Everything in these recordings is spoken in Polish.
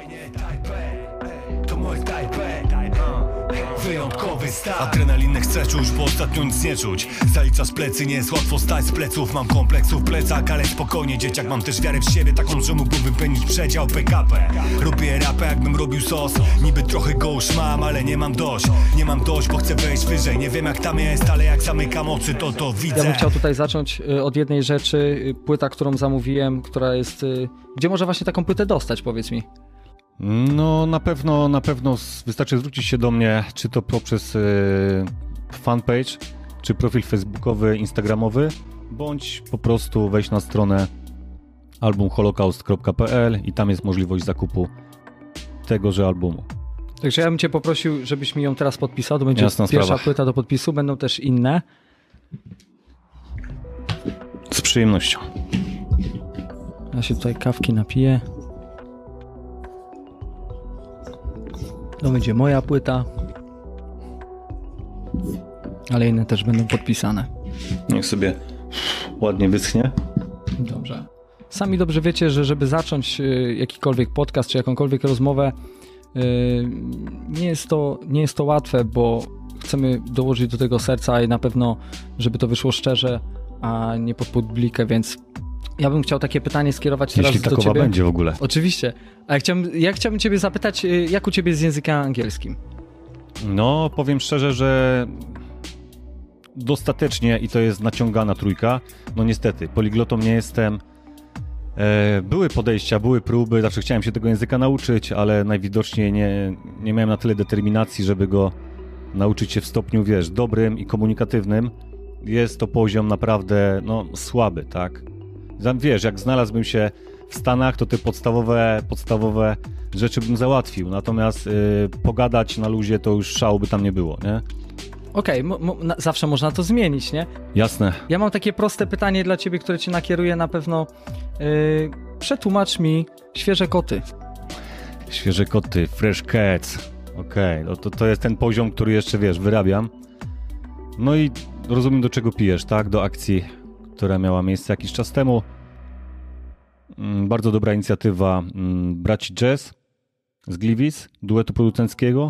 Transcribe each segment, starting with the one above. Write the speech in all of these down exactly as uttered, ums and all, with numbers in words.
To mój Tajpej, wyjątkowy stan. Adrenalinę chcę czuć, bo ostatnio nic nie czuć. Zaliczasz plecy, nie jest łatwo stać z pleców. Mam kompleksów w plecach, ale spokojnie dzieciak. Mam też wiarę w siebie, taką, że mógłbym wypełnić przedział P K P. Robię rapę jakbym robił sos. Niby trochę go już mam, ale nie mam dość. Nie mam dość, bo chcę wejść wyżej. Nie wiem jak tam jest, ale jak zamykam oczy, to to widzę. Ja bym chciał tutaj zacząć od jednej rzeczy. Płyta, którą zamówiłem, która jest... Gdzie można właśnie taką płytę dostać, powiedz mi? No na pewno, na pewno wystarczy zwrócić się do mnie, czy to poprzez y, fanpage, czy profil facebookowy, instagramowy, bądź po prostu wejść na stronę album holocaust kropka p l i tam jest możliwość zakupu tegoże albumu. Także ja bym cię poprosił, żebyś mi ją teraz podpisał, to będzie Jasna pierwsza sprawa. płyta do podpisu, będą też inne. Z przyjemnością. Ja się tutaj kawki napiję. To będzie moja płyta. Ale inne też będą podpisane. Niech sobie ładnie wyschnie. Dobrze. Sami dobrze wiecie, że żeby zacząć jakikolwiek podcast czy jakąkolwiek rozmowę, nie jest to, nie jest to łatwe, bo chcemy dołożyć do tego serca i na pewno, żeby to wyszło szczerze, a nie pod publikę, więc ja bym chciał takie pytanie skierować teraz Jeśli do takowa ciebie. będzie w ogóle. Oczywiście. A ja chciałbym, ja chciałbym ciebie zapytać, jak u ciebie jest z językiem angielskim? No, powiem szczerze, że dostatecznie i to jest naciągana trójka. No niestety, poliglotą nie jestem. E, były podejścia, były próby, zawsze chciałem się tego języka nauczyć, ale najwidoczniej nie, nie miałem na tyle determinacji, żeby go nauczyć się w stopniu, wiesz, dobrym i komunikatywnym. Jest to poziom naprawdę, no, słaby, tak? Wiesz, jak znalazłbym się w Stanach, to te podstawowe, podstawowe rzeczy bym załatwił, natomiast y, pogadać na luzie to już szału by tam nie było, nie? Okej, okay, mo- mo- zawsze można to zmienić, nie? Jasne. Ja mam takie proste pytanie dla ciebie, które cię nakieruje na pewno. Yy, przetłumacz mi świeże koty. Świeże koty, fresh cats. Okej, okay. no to, to jest ten poziom, który jeszcze, wiesz, wyrabiam. No i rozumiem, do czego pijesz, tak? Do akcji, która miała miejsce jakiś czas temu. Bardzo dobra inicjatywa braci Jazz z Gliwic, duetu producenckiego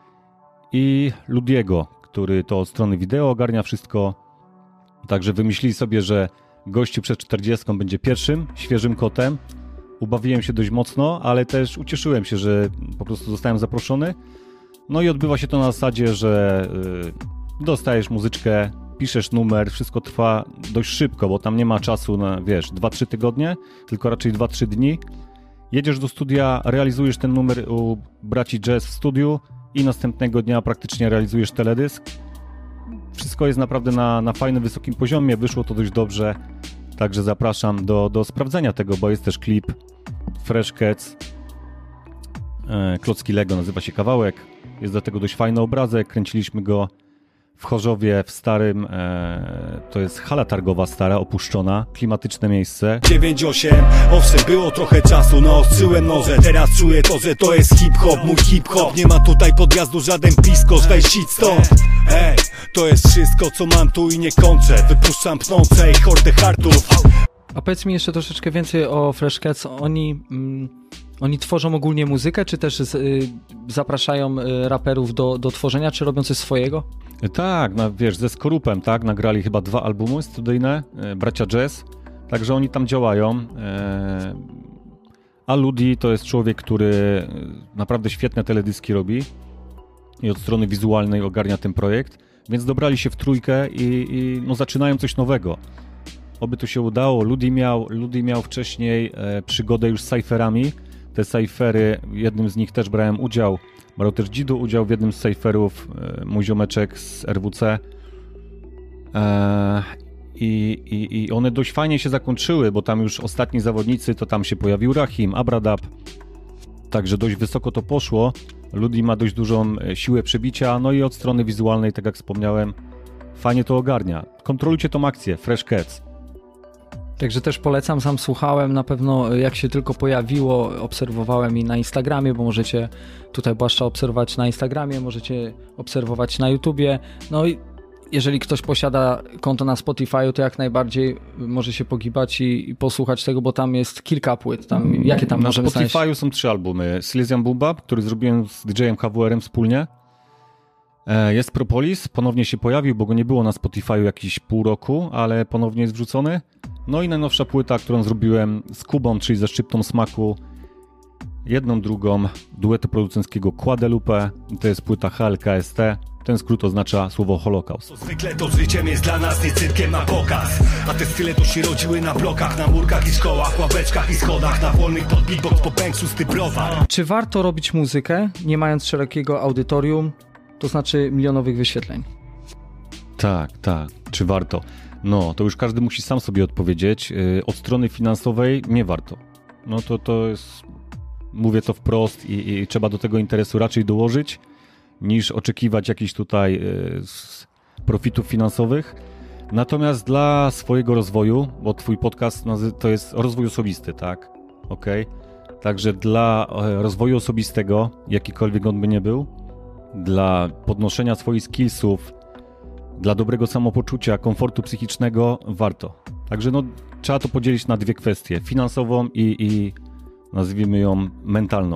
i Ludiego, który to od strony wideo ogarnia wszystko. Także wymyślili sobie, że gościu przed czterdziestką będzie pierwszym świeżym kotem. Ubawiłem się dość mocno, ale też ucieszyłem się, że po prostu zostałem zaproszony. No i odbywa się to na zasadzie, że yy, dostajesz muzyczkę, piszesz numer, wszystko trwa dość szybko, bo tam nie ma czasu na, wiesz, dwa trzy tygodnie, tylko raczej dwa trzy dni. Jedziesz do studia, realizujesz ten numer u braci Jazz w studiu i następnego dnia praktycznie realizujesz teledysk. Wszystko jest naprawdę na, na fajnym, wysokim poziomie, wyszło to dość dobrze, także zapraszam do, do sprawdzenia tego, bo jest też klip Fresh Cats, e, Klocki Lego nazywa się kawałek, jest do tego dość fajny obrazek, kręciliśmy go w Chorzowie, w starym, e, to jest hala targowa stara, opuszczona, klimatyczne miejsce. dziewięć osiem, owszem, było trochę czasu, naostrzyłem noże. Teraz czuję to, że to jest hip-hop, mój hip-hop. Nie ma tutaj podjazdu, żaden piskosz, weź idź stąd. Ej, to jest wszystko, co mam tu i nie kończę. Wypuszczam pnące i hordę hartów. A powiedz mi jeszcze troszeczkę więcej o Fresh Cats. Oni, mm, oni tworzą ogólnie muzykę, czy też y, zapraszają y, raperów do, do tworzenia, czy robią coś swojego? Tak, no, wiesz, ze Skorupem, tak, nagrali chyba dwa albumy studyjne, e, bracia Jazz, także oni tam działają. E, a Ludi to jest człowiek, który naprawdę świetne teledyski robi i od strony wizualnej ogarnia ten projekt, więc dobrali się w trójkę i, i no, zaczynają coś nowego. Oby to się udało. Ludi miał, Ludi miał wcześniej e, przygodę już z cypherami. Te cyphery, jednym z nich też brałem udział. Brał też Dzidu udział w jednym z cypherów, e, mój ziomeczek z R W C. E, i, i, I one dość fajnie się zakończyły, bo tam już ostatni zawodnicy, to tam się pojawił Rahim, Abradab. Także dość wysoko to poszło. Ludi ma dość dużą siłę przebicia, no i od strony wizualnej, tak jak wspomniałem, fajnie to ogarnia. Kontrolujcie tą akcję, Fresh Cats. Także też polecam, sam słuchałem, na pewno jak się tylko pojawiło, obserwowałem i na Instagramie, bo możecie tutaj Błaszcza obserwować na Instagramie, możecie obserwować na YouTubie, no i jeżeli ktoś posiada konto na Spotify, to jak najbardziej może się pogibać i, i posłuchać tego, bo tam jest kilka płyt. Tam, jakie tam na możemy Spotify znaleźć? są trzy albumy. Silesian Bubab, który zrobiłem z D J-em H W R-em wspólnie. Jest Propolis, ponownie się pojawił, bo go nie było na Spotify'u jakieś pół roku, ale ponownie jest wrzucony. No i najnowsza płyta, którą zrobiłem z Kubą, czyli ze Szczyptą Smaku. Jedną, drugą duetu producenckiego Quadelupe. To jest płyta H L K S T. Ten skrót oznacza słowo Holokaust. To zwykle to życiem jest dla nas nie cyrkiem na pokaz. A te style to się rodziły na blokach, na murkach i szkołach, ławeczkach i schodach, na wolnych pod beatbox po pęksu z browar. Czy warto robić muzykę, nie mając szerokiego audytorium, to znaczy milionowych wyświetleń? Tak, tak. Czy warto? No, to już każdy musi sam sobie odpowiedzieć. Yy, od strony finansowej nie warto. No to to jest... Mówię to wprost i, i trzeba do tego interesu raczej dołożyć, niż oczekiwać jakichś tutaj yy, profitów finansowych. Natomiast dla swojego rozwoju, bo twój podcast to jest rozwój osobisty, tak? Okej? Okay? Także dla rozwoju osobistego, jakikolwiek on by nie był, dla podnoszenia swoich skillsów, dla dobrego samopoczucia, komfortu psychicznego warto. Także no, trzeba to podzielić na dwie kwestie. Finansową i, i nazwijmy ją mentalną.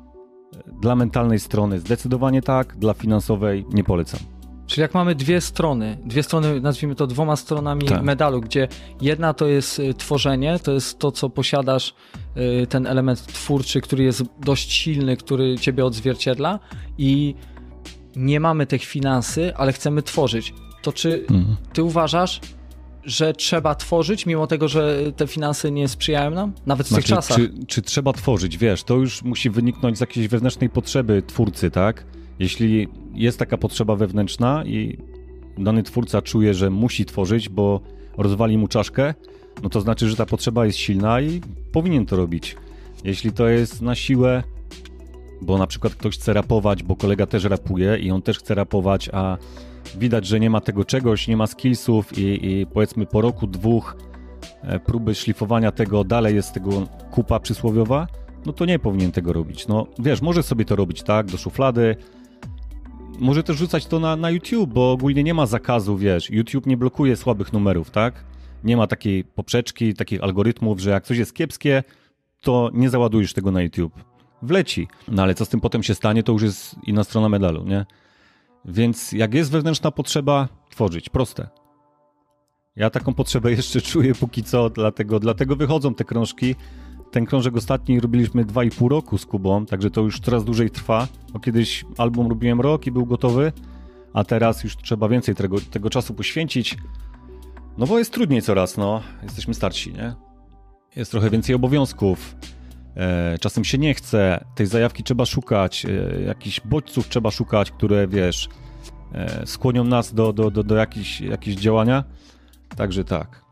Dla mentalnej strony zdecydowanie tak, dla finansowej nie polecam. Czyli jak mamy dwie strony, dwie strony, nazwijmy to dwoma stronami tak. medalu, gdzie jedna to jest tworzenie, to jest to, co posiadasz, ten element twórczy, który jest dość silny, który ciebie odzwierciedla i nie mamy tych finansy, ale chcemy tworzyć. To czy mhm. ty uważasz, że trzeba tworzyć, mimo tego, że te finanse nie sprzyjają nam? Nawet w znaczy, tych czasach. Czy, czy trzeba tworzyć? Wiesz, to już musi wyniknąć z jakiejś wewnętrznej potrzeby twórcy, tak? Jeśli jest taka potrzeba wewnętrzna i dany twórca czuje, że musi tworzyć, bo rozwali mu czaszkę, no to znaczy, że ta potrzeba jest silna i powinien to robić. Jeśli to jest na siłę, bo na przykład ktoś chce rapować, bo kolega też rapuje i on też chce rapować, a widać, że nie ma tego czegoś, nie ma skillsów i, i powiedzmy po roku, dwóch próby szlifowania tego, dalej jest tego kupa przysłowiowa, no to nie powinien tego robić. No wiesz, może sobie to robić tak, do szuflady, może też rzucać to na, na YouTube, bo ogólnie nie ma zakazu, wiesz, YouTube nie blokuje słabych numerów, tak? Nie ma takiej poprzeczki, takich algorytmów, że jak coś jest kiepskie, to nie załadujesz tego na YouTube. Wleci. No ale co z tym potem się stanie, to już jest inna strona medalu, nie? Więc jak jest wewnętrzna potrzeba, tworzyć. Proste. Ja taką potrzebę jeszcze czuję póki co, dlatego, dlatego wychodzą te krążki. Ten krążek ostatni robiliśmy dwa i pół roku z Kubą, także to już coraz dłużej trwa. Bo kiedyś album robiłem rok i był gotowy, a teraz już trzeba więcej tego, tego czasu poświęcić. No bo jest trudniej coraz, no. Jesteśmy starsi, nie? Jest trochę więcej obowiązków. E, czasem się nie chce. Tej zajawki trzeba szukać. E, jakichś bodźców trzeba szukać, które, wiesz, e, skłonią nas do, do, do, do jakichś, jakichś działania. Także tak.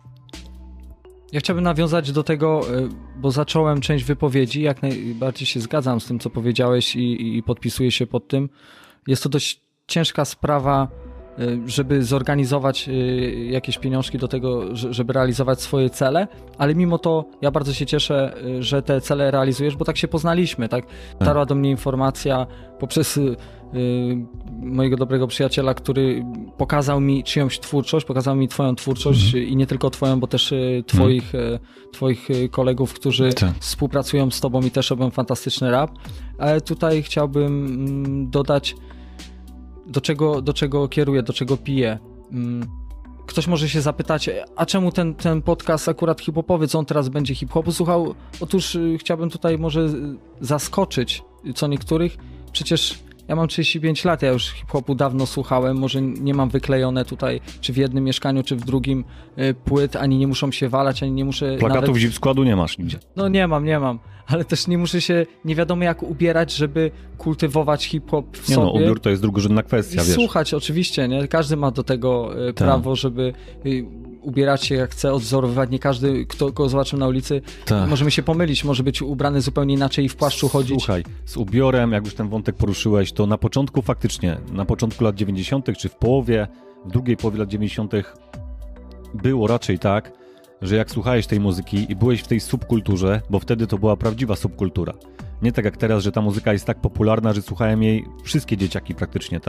Ja chciałbym nawiązać do tego, bo zacząłem część wypowiedzi, jak najbardziej się zgadzam z tym, co powiedziałeś i, i podpisuję się pod tym. Jest to dość ciężka sprawa, żeby zorganizować jakieś pieniążki do tego, żeby realizować swoje cele, ale mimo to ja bardzo się cieszę, że te cele realizujesz, bo tak się poznaliśmy, tak? Dotarła do mnie informacja poprzez mojego dobrego przyjaciela, który pokazał mi czyjąś twórczość, pokazał mi twoją twórczość mm. i nie tylko twoją, bo też twoich, mm. twoich kolegów, którzy tak. współpracują z tobą i też robią fantastyczny rap. Ale tutaj chciałbym dodać, do czego, do czego kieruję, do czego piję. Ktoś może się zapytać, a czemu ten, ten podcast akurat hip-hopowy, co on teraz będzie hip-hopu słuchał? Otóż chciałbym tutaj może zaskoczyć co niektórych. Przecież ja mam trzydzieści pięć lat, ja już hip-hopu dawno słuchałem, może nie mam wyklejone tutaj, czy w jednym mieszkaniu, czy w drugim płyt, ani nie muszą się walać, ani nie muszę... Plakatów nawet... składu nie masz nigdzie. No nie mam, nie mam, ale też nie muszę się nie wiadomo jak ubierać, żeby kultywować hip-hop w nie sobie. No, ubiór to jest drugorzędna kwestia, I wiesz. Słuchać oczywiście, nie? Każdy ma do tego tak. prawo, żeby ubierać się jak chce, odwzorowywać. Nie każdy, kto go zobaczył na ulicy, tak. możemy się pomylić, może być ubrany zupełnie inaczej i w płaszczu chodzić. Słuchaj, z ubiorem, jak już ten wątek poruszyłeś, to na początku faktycznie, na początku lat dziewięćdziesiątych, czy w połowie, w drugiej połowie lat dziewięćdziesiątych było raczej tak, że jak słuchałeś tej muzyki i byłeś w tej subkulturze, bo wtedy to była prawdziwa subkultura. Nie tak jak teraz, że ta muzyka jest tak popularna, że słuchają jej wszystkie dzieciaki praktycznie, tak?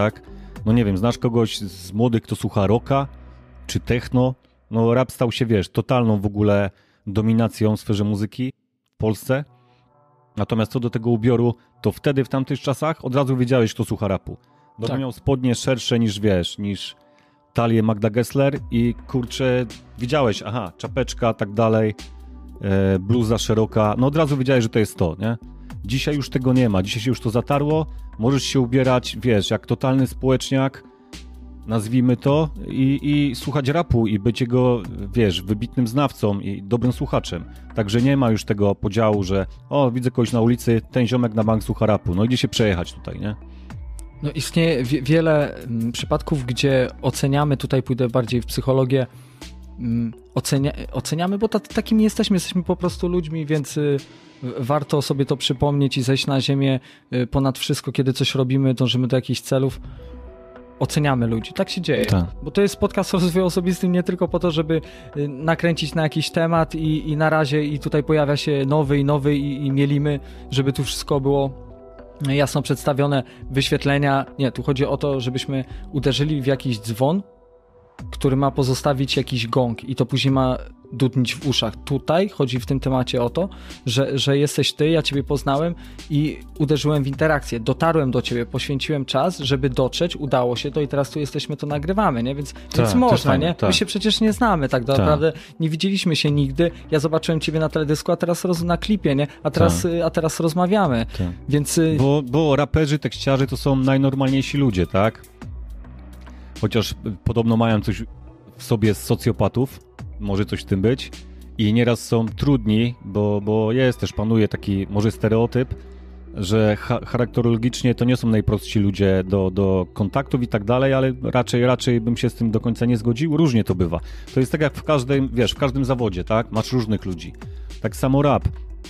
no nie wiem, znasz kogoś z młodych, kto słucha rocka czy techno? No rap stał się, wiesz, totalną w ogóle dominacją w sferze muzyki w Polsce. Natomiast co do tego ubioru, to wtedy w tamtych czasach od razu wiedziałeś, kto słucha rapu. Bo Tak. miał spodnie szersze niż, wiesz, niż talię Magda Gessler i kurczę, widziałeś, aha, czapeczka, tak dalej, e, bluza szeroka, no od razu wiedziałeś, że to jest to, nie? Dzisiaj już tego nie ma, dzisiaj się już to zatarło, możesz się ubierać, wiesz, jak totalny społeczniak, nazwijmy to, i, i słuchać rapu i być jego, wiesz, wybitnym znawcą i dobrym słuchaczem. Także nie ma już tego podziału, że o, widzę kogoś na ulicy, ten ziomek na bank słucha rapu, no idzie się przejechać tutaj, nie? No istnieje wie, wiele m, przypadków, gdzie oceniamy, tutaj pójdę bardziej w psychologię, m, ocenia, oceniamy, bo ta, takimi jesteśmy, jesteśmy po prostu ludźmi, więc y, warto sobie to przypomnieć i zejść na ziemię y, ponad wszystko, kiedy coś robimy, dążymy do jakichś celów. Oceniamy ludzi, tak się dzieje, Tak. bo to jest podcast o rozwoju osobistym nie tylko po to, żeby y, nakręcić na jakiś temat i, i na razie i tutaj pojawia się nowy i nowy i, i mielimy, żeby tu wszystko było jasno przedstawione, wyświetlenia. Nie, tu chodzi o to, żebyśmy uderzyli w jakiś dzwon, który ma pozostawić jakiś gong i to później ma dudnić w uszach. Tutaj chodzi w tym temacie o to, że, że jesteś ty, ja ciebie poznałem i uderzyłem w interakcję, dotarłem do ciebie, poświęciłem czas, żeby dotrzeć, udało się to i teraz tu jesteśmy, to nagrywamy, nie? Więc, Tak, więc to można, jest fajne, nie? tak. My się przecież nie znamy tak naprawdę, nie widzieliśmy się nigdy, ja zobaczyłem ciebie na teledysku, a teraz roz, na klipie, nie? A teraz, Tak. a teraz rozmawiamy, Tak. więc... y, Bo, bo raperzy, tekściarze to są najnormalniejsi ludzie, tak? Chociaż podobno mają coś w sobie z socjopatów, może coś w tym być i nieraz są trudni, bo, bo jest też, panuje taki może stereotyp, że cha- charakterologicznie to nie są najprostsi ludzie do, do kontaktów i tak dalej, ale raczej, raczej bym się z tym do końca nie zgodził. Różnie to bywa. To jest tak jak w każdym, wiesz, w każdym zawodzie, tak? Masz różnych ludzi. Tak samo rap.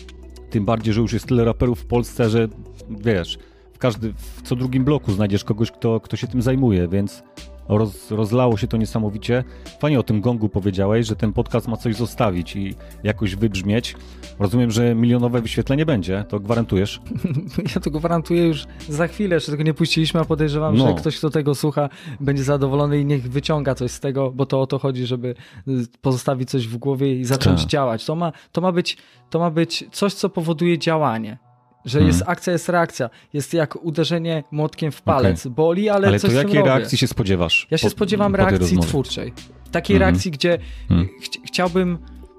Tym bardziej, że już jest tyle raperów w Polsce, że wiesz, w, każdy, w co drugim bloku znajdziesz kogoś, kto, kto się tym zajmuje, więc roz, rozlało się to niesamowicie. Fajnie o tym gongu powiedziałeś, że ten podcast ma coś zostawić i jakoś wybrzmieć. Rozumiem, że milionowe wyświetlenie będzie, to gwarantujesz? Ja to gwarantuję już za chwilę, jeszcze tego nie puściliśmy, a podejrzewam, No. że ktoś, kto tego słucha, będzie zadowolony i niech wyciąga coś z tego, bo to o to chodzi, żeby y, pozostawić coś w głowie i zacząć Tak. działać. To ma, to ma być, to ma być coś, co powoduje działanie. Że Hmm. jest akcja, jest reakcja. Jest jak uderzenie młotkiem w palec. Boli, ale, Ale coś to z tym jakiej robię. reakcji się spodziewasz? Ja się po- spodziewam po tej reakcji rozmowie? twórczej. Takiej Mhm. reakcji, gdzie Hmm. ch- chciałbym,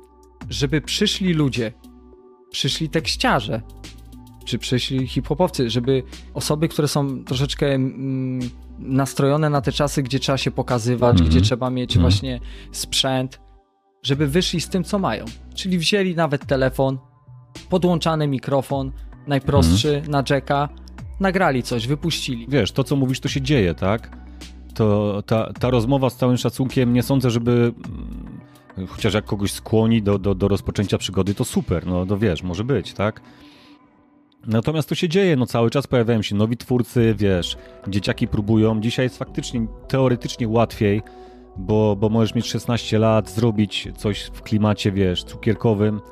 żeby przyszli ludzie, przyszli tekściarze, czy przyszli hip-hopowcy, żeby osoby, które są troszeczkę mm, nastrojone na te czasy, gdzie trzeba się pokazywać, Mhm. gdzie trzeba mieć Mhm. właśnie sprzęt, żeby wyszli z tym, co mają. Czyli wzięli nawet telefon, podłączany mikrofon, najprostszy Mhm. na jacka, nagrali coś, wypuścili. Wiesz, to co mówisz, to się dzieje, tak? To ta, ta rozmowa z całym szacunkiem, nie sądzę, żeby mm, chociaż jak kogoś skłoni do, do, do rozpoczęcia przygody, to super, no to wiesz, może być, tak? Natomiast to się dzieje, no cały czas pojawiają się nowi twórcy, wiesz, dzieciaki próbują. Dzisiaj jest faktycznie, teoretycznie łatwiej, bo, bo możesz mieć szesnaście lat, zrobić coś w klimacie, wiesz, cukierkowym,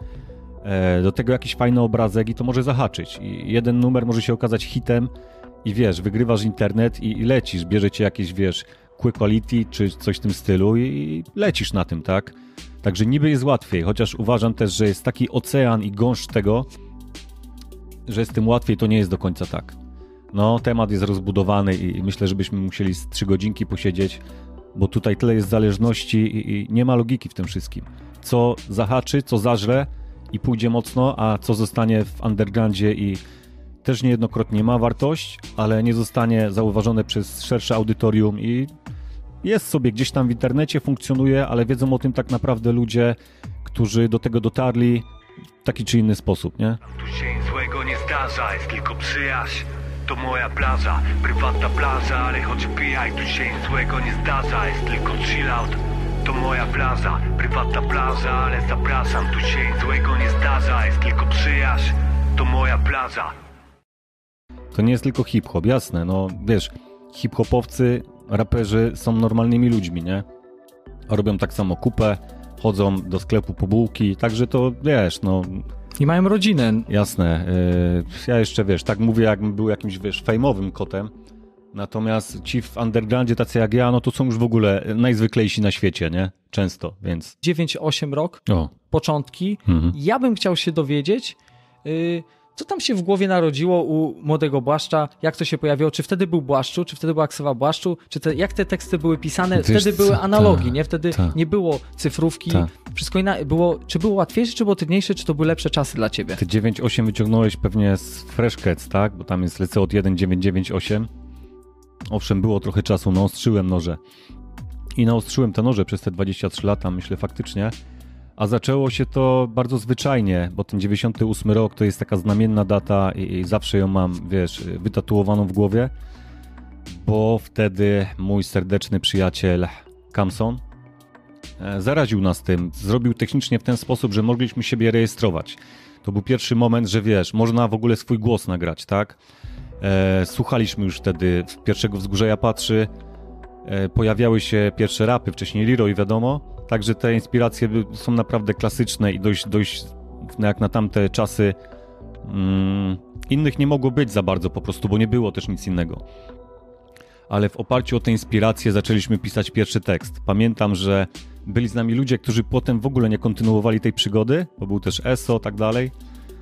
e, do tego jakiś fajny obrazek i to może zahaczyć. I jeden numer może się okazać hitem i wiesz, wygrywasz internet i, i lecisz, bierze cię jakieś, wiesz, quick quality czy coś w tym stylu i, i lecisz na tym, tak? Także niby jest łatwiej, chociaż uważam też, że jest taki ocean i gąszcz tego, że z tym łatwiej, to nie jest do końca tak. No, temat jest rozbudowany i myślę, że byśmy musieli z trzy godzinki posiedzieć, bo tutaj tyle jest zależności i, i nie ma logiki w tym wszystkim. Co zahaczy, co zażre i pójdzie mocno, a co zostanie w undergroundzie i też niejednokrotnie ma wartość, ale nie zostanie zauważone przez szersze audytorium i jest sobie gdzieś tam w internecie, funkcjonuje, ale wiedzą o tym tak naprawdę ludzie, którzy do tego dotarli w taki czy inny sposób, nie? Tu się nic złego nie zdarza, jest tylko przyjaźń. To moja plaża, prywatna plaża, ale choć pijaj, tu się nic złego nie zdarza, jest tylko chill out. To moja plaża, prywatna plaża, ale zapraszam, tu się nic złego nie zdarza, jest tylko przyjaźń. To moja plaża. To nie jest tylko hip-hop, jasne, no wiesz, hip-hopowcy, raperzy są normalnymi ludźmi, nie? Robią tak samo kupę, chodzą do sklepu po bułki, także to, wiesz, no I mają rodzinę. jasne. Yy, ja jeszcze, wiesz, tak mówię, jakbym był jakimś, wiesz, fejmowym kotem, Natomiast ci w undergroundzie, tacy jak ja, no to są już w ogóle najzwyklejsi na świecie, nie? Często, więc... dziewięć osiem rok, O. początki. Mhm. Ja bym chciał się dowiedzieć, yy, co tam się w głowie narodziło u młodego Błaszcza, jak to się pojawiło, czy wtedy był Błaszczu, czy wtedy była ksywa Błaszczu, czy te, jak te teksty były pisane, Wiesz wtedy co, były analogi, ta, nie? Wtedy ta. nie było cyfrówki, Ta. wszystko inne. Było, czy było łatwiejsze, czy było trudniejsze, czy to były lepsze czasy dla ciebie? Ty dziewięć osiem wyciągnąłeś pewnie z Freshcats, tak? Bo tam jest lecę od jeden dziewięć dziewięć osiem. Owszem, było trochę czasu, naostrzyłem noże. I naostrzyłem te noże przez te dwadzieścia trzy lata, myślę faktycznie. A zaczęło się to bardzo zwyczajnie, bo ten dziewięćdziesiąty ósmy rok to jest taka znamienna data i, i zawsze ją mam, wiesz, wytatuowaną w głowie, bo wtedy mój serdeczny przyjaciel Kamson e, zaraził nas tym. Zrobił technicznie w ten sposób, że mogliśmy siebie rejestrować. To był pierwszy moment, że wiesz, można w ogóle swój głos nagrać, tak? E, słuchaliśmy już wtedy pierwszego Wzgórzeja Patrzy, e, pojawiały się pierwsze rapy, wcześniej Leroy, wiadomo. Także te inspiracje są naprawdę klasyczne i dość, dość no jak na tamte czasy mm, innych nie mogło być za bardzo po prostu, bo nie było też nic innego. Ale w oparciu o te inspiracje zaczęliśmy pisać pierwszy tekst. Pamiętam, że byli z nami ludzie, którzy potem w ogóle nie kontynuowali tej przygody, bo był też E S O, tak dalej.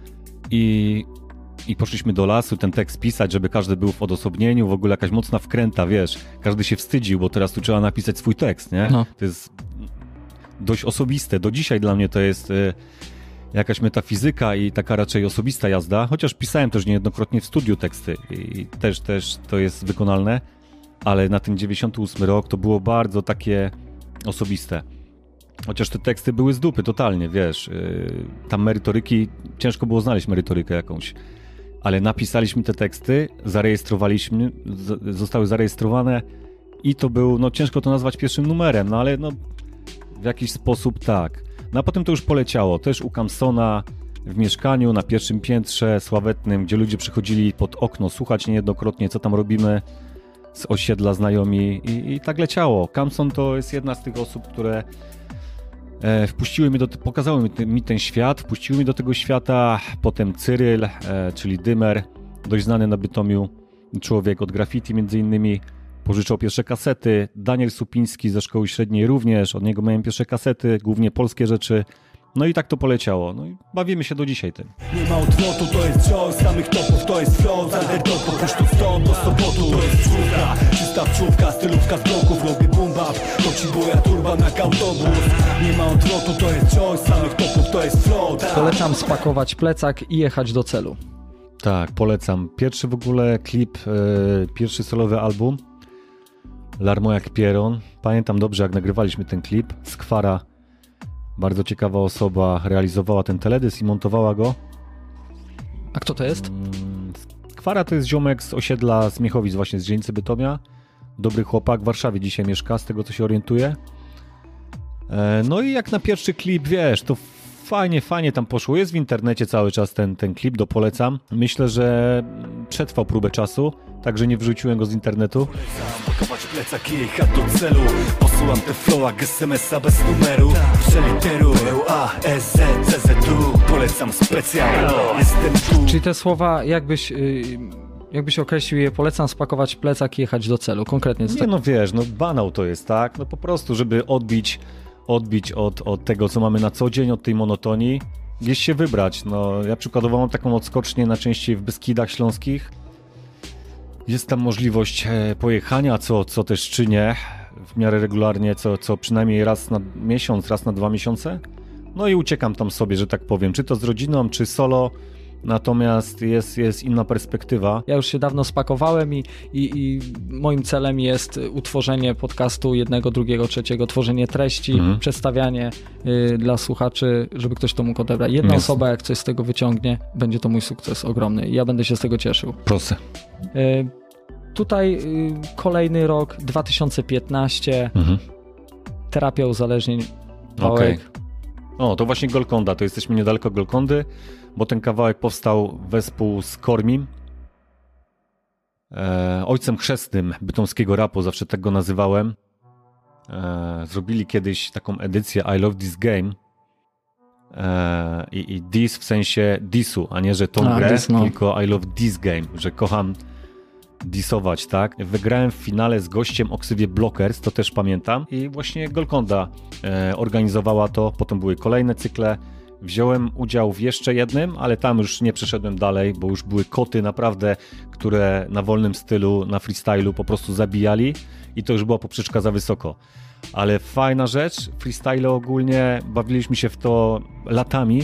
I, I poszliśmy do lasu ten tekst pisać, żeby każdy był w odosobnieniu, w ogóle jakaś mocna wkręta, wiesz. Każdy się wstydził, bo teraz tu trzeba napisać swój tekst, nie? No. To jest dość osobiste. Do dzisiaj dla mnie to jest y, jakaś metafizyka i taka raczej osobista jazda, chociaż pisałem też niejednokrotnie w studiu teksty i też, też to jest wykonalne, ale na ten dziewięćdziesiąty ósmy rok to było bardzo takie osobiste. Chociaż te teksty były z dupy totalnie, wiesz, y, tam merytoryki, ciężko było znaleźć merytorykę jakąś, ale napisaliśmy te teksty, zarejestrowaliśmy, z, zostały zarejestrowane i to był, no ciężko to nazwać pierwszym numerem, no ale no w jakiś sposób tak. No a potem to już poleciało. Też u Kamsona w mieszkaniu na pierwszym piętrze sławetnym, gdzie ludzie przychodzili pod okno słuchać niejednokrotnie, co tam robimy z osiedla znajomi i, i tak leciało. Kamson to jest jedna z tych osób, które e, wpuściły mi do, pokazały mi, mi ten świat, wpuściły mi do tego świata. Potem Cyryl, e, czyli Dymer, dość znany na Bytomiu człowiek od graffiti między innymi, pożyczał pierwsze kasety, Daniel Supiński ze szkoły średniej również, od niego miałem pierwsze kasety, głównie polskie rzeczy, no i tak to poleciało, no i bawimy się do dzisiaj tym. Nie ma odwrotu, to jest cios samych topów, to jest flow, z underdogu, puść tu stąd do Sopotu, to jest czwórka, czysta wczówka, stylówka z bloków, robię boom bap, to ci boja turban jak autobus. Nie ma odwrotu, to jest cios samych topów, to jest flow, tak. Polecam spakować plecak i jechać do celu. Tak, polecam. Pierwszy w ogóle klip, yy, pierwszy solowy album, Larmo jak Pieron. Pamiętam dobrze, jak nagrywaliśmy ten klip. Skwara, bardzo ciekawa osoba, realizowała ten teledysk i montowała go. A kto to jest? Skwara to jest ziomek z osiedla Smiechowic, właśnie z dzielnicy Bytomia. Dobry chłopak, w Warszawie dzisiaj mieszka, z tego co się orientuję. No i jak na pierwszy klip, wiesz, to fajnie, fajnie tam poszło. Jest w internecie cały czas ten, ten klip, do polecam. Myślę, że przetrwał próbę czasu, także nie wrzuciłem go z internetu. Spakować plecak i jechać do celu. Posyłam te flow jak es em es a bez numeru. Przeliteru E U A S Z C Z U. Polecam specjalnie, jestem tu. Czyli te słowa, jakbyś, yy, jakbyś określił je, polecam spakować plecak i jechać do celu. Konkretnie. Nie no wiesz, no banał to jest, tak? No po prostu, żeby odbić, odbić od, od tego, co mamy na co dzień, od tej monotonii, gdzieś się wybrać. No ja przykładowo mam taką odskocznię na części w Beskidach Śląskich. Jest tam możliwość pojechania, co, co też czynię w miarę regularnie, co, co przynajmniej raz na miesiąc, raz na dwa miesiące. No i uciekam tam sobie, że tak powiem, czy to z rodziną, czy solo, natomiast jest, jest inna perspektywa. Ja już się dawno spakowałem i, i, i moim celem jest utworzenie podcastu jednego, drugiego, trzeciego, tworzenie treści, mhm. przedstawianie y, dla słuchaczy, żeby ktoś to mógł odebrać. Jedna Jest. osoba, jak coś z tego wyciągnie, będzie to mój sukces ogromny i ja będę się z tego cieszył. Proszę. Y, tutaj y, kolejny rok, dwa tysiące piętnasty, Mhm. terapia uzależnień, Okej. Wałek. O, to właśnie Golkonda, to jesteśmy niedaleko Golkondy, bo ten kawałek powstał wespół z Kormim, e, ojcem chrzestnym bytomskiego rapu, zawsze tak go nazywałem. E, zrobili kiedyś taką edycję I Love This Game e, i, i this w sensie disu, a nie, że tą A, grę, this, no. tylko I Love This Game, że kocham disować, tak? Wygrałem w finale z gościem o ksywie Blockers, to też pamiętam. I właśnie Golconda e, organizowała to, potem były kolejne cykle. Wziąłem udział w jeszcze jednym, ale tam już nie przeszedłem dalej, bo już były koty naprawdę, które na wolnym stylu, na freestylu po prostu zabijali i to już była poprzeczka za wysoko. Ale fajna rzecz, freestyle ogólnie, bawiliśmy się w to latami,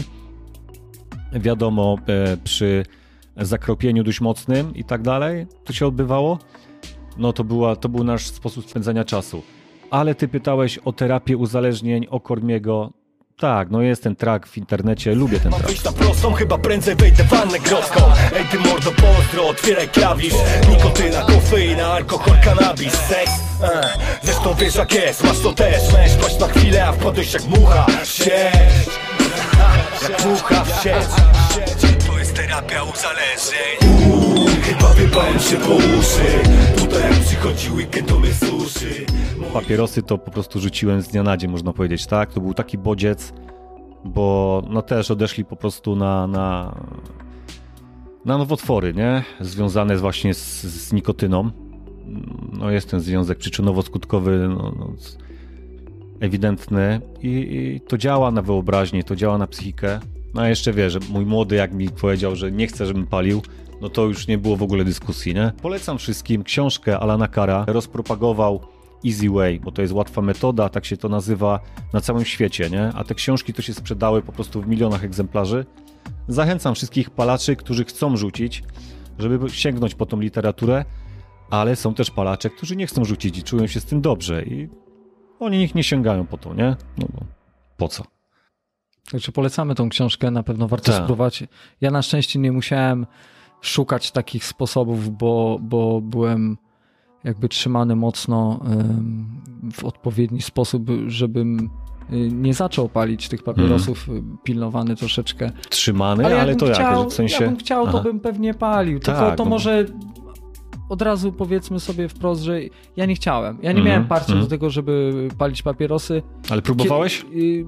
wiadomo, e, przy zakropieniu dość mocnym i tak dalej, to się odbywało, no to, była, to był nasz sposób spędzania czasu. Ale ty pytałeś o terapię uzależnień, o Kormiego. Tak, no jest ten track w internecie, lubię ten Mam track. wyjść na prostą, chyba prędzej wejdę w wannę grodzką. Ej ty mordo, pozdro, otwieraj klawisz. Nikotyna, kofeina, alkohol, kanabis, seks. eh. Zresztą wiesz jak jest, masz to też. Możesz spać na chwilę, a wpadłeś jak mucha w sieć. Jak mucha w sieć. To jest terapia uzależnień. Uuu, chyba wypałem się po uszy. Tutaj jak przychodzi weekend, to mnie suszy. Papierosy to po prostu rzuciłem z dnia na dzień, można powiedzieć, tak? To był taki bodziec, bo no też odeszli po prostu na, na, na nowotwory, nie? Związane właśnie z, z nikotyną. No jest ten związek przyczynowo-skutkowy no, no, ewidentny I, i to działa na wyobraźnię, to działa na psychikę. No a jeszcze wiesz, że mój młody jak mi powiedział, że nie chce, żebym palił, no to już nie było w ogóle dyskusji, nie? Polecam wszystkim książkę Alana Carra, rozpropagował Easy Way, bo to jest łatwa metoda, tak się to nazywa na całym świecie, nie? A te książki to się sprzedały po prostu w milionach egzemplarzy. Zachęcam wszystkich palaczy, którzy chcą rzucić, żeby sięgnąć po tą literaturę, ale są też palacze, którzy nie chcą rzucić i czują się z tym dobrze i oni niech nie sięgają po to, nie? No bo po co? Także polecamy tą książkę, na pewno warto Tak. spróbować. Ja na szczęście nie musiałem szukać takich sposobów, bo, bo byłem jakby trzymany mocno ym, w odpowiedni sposób, żebym y, nie zaczął palić tych papierosów, mm. pilnowany troszeczkę. Trzymany, ale, ale to chciał, jak? W sensie... Jakbym chciał, to Aha. bym pewnie palił, tylko Tak, to no. może od razu powiedzmy sobie wprost, że ja nie chciałem. Ja nie Mhm, miałem parcia mhm. do tego, żeby palić papierosy. Ale próbowałeś? Kie- y,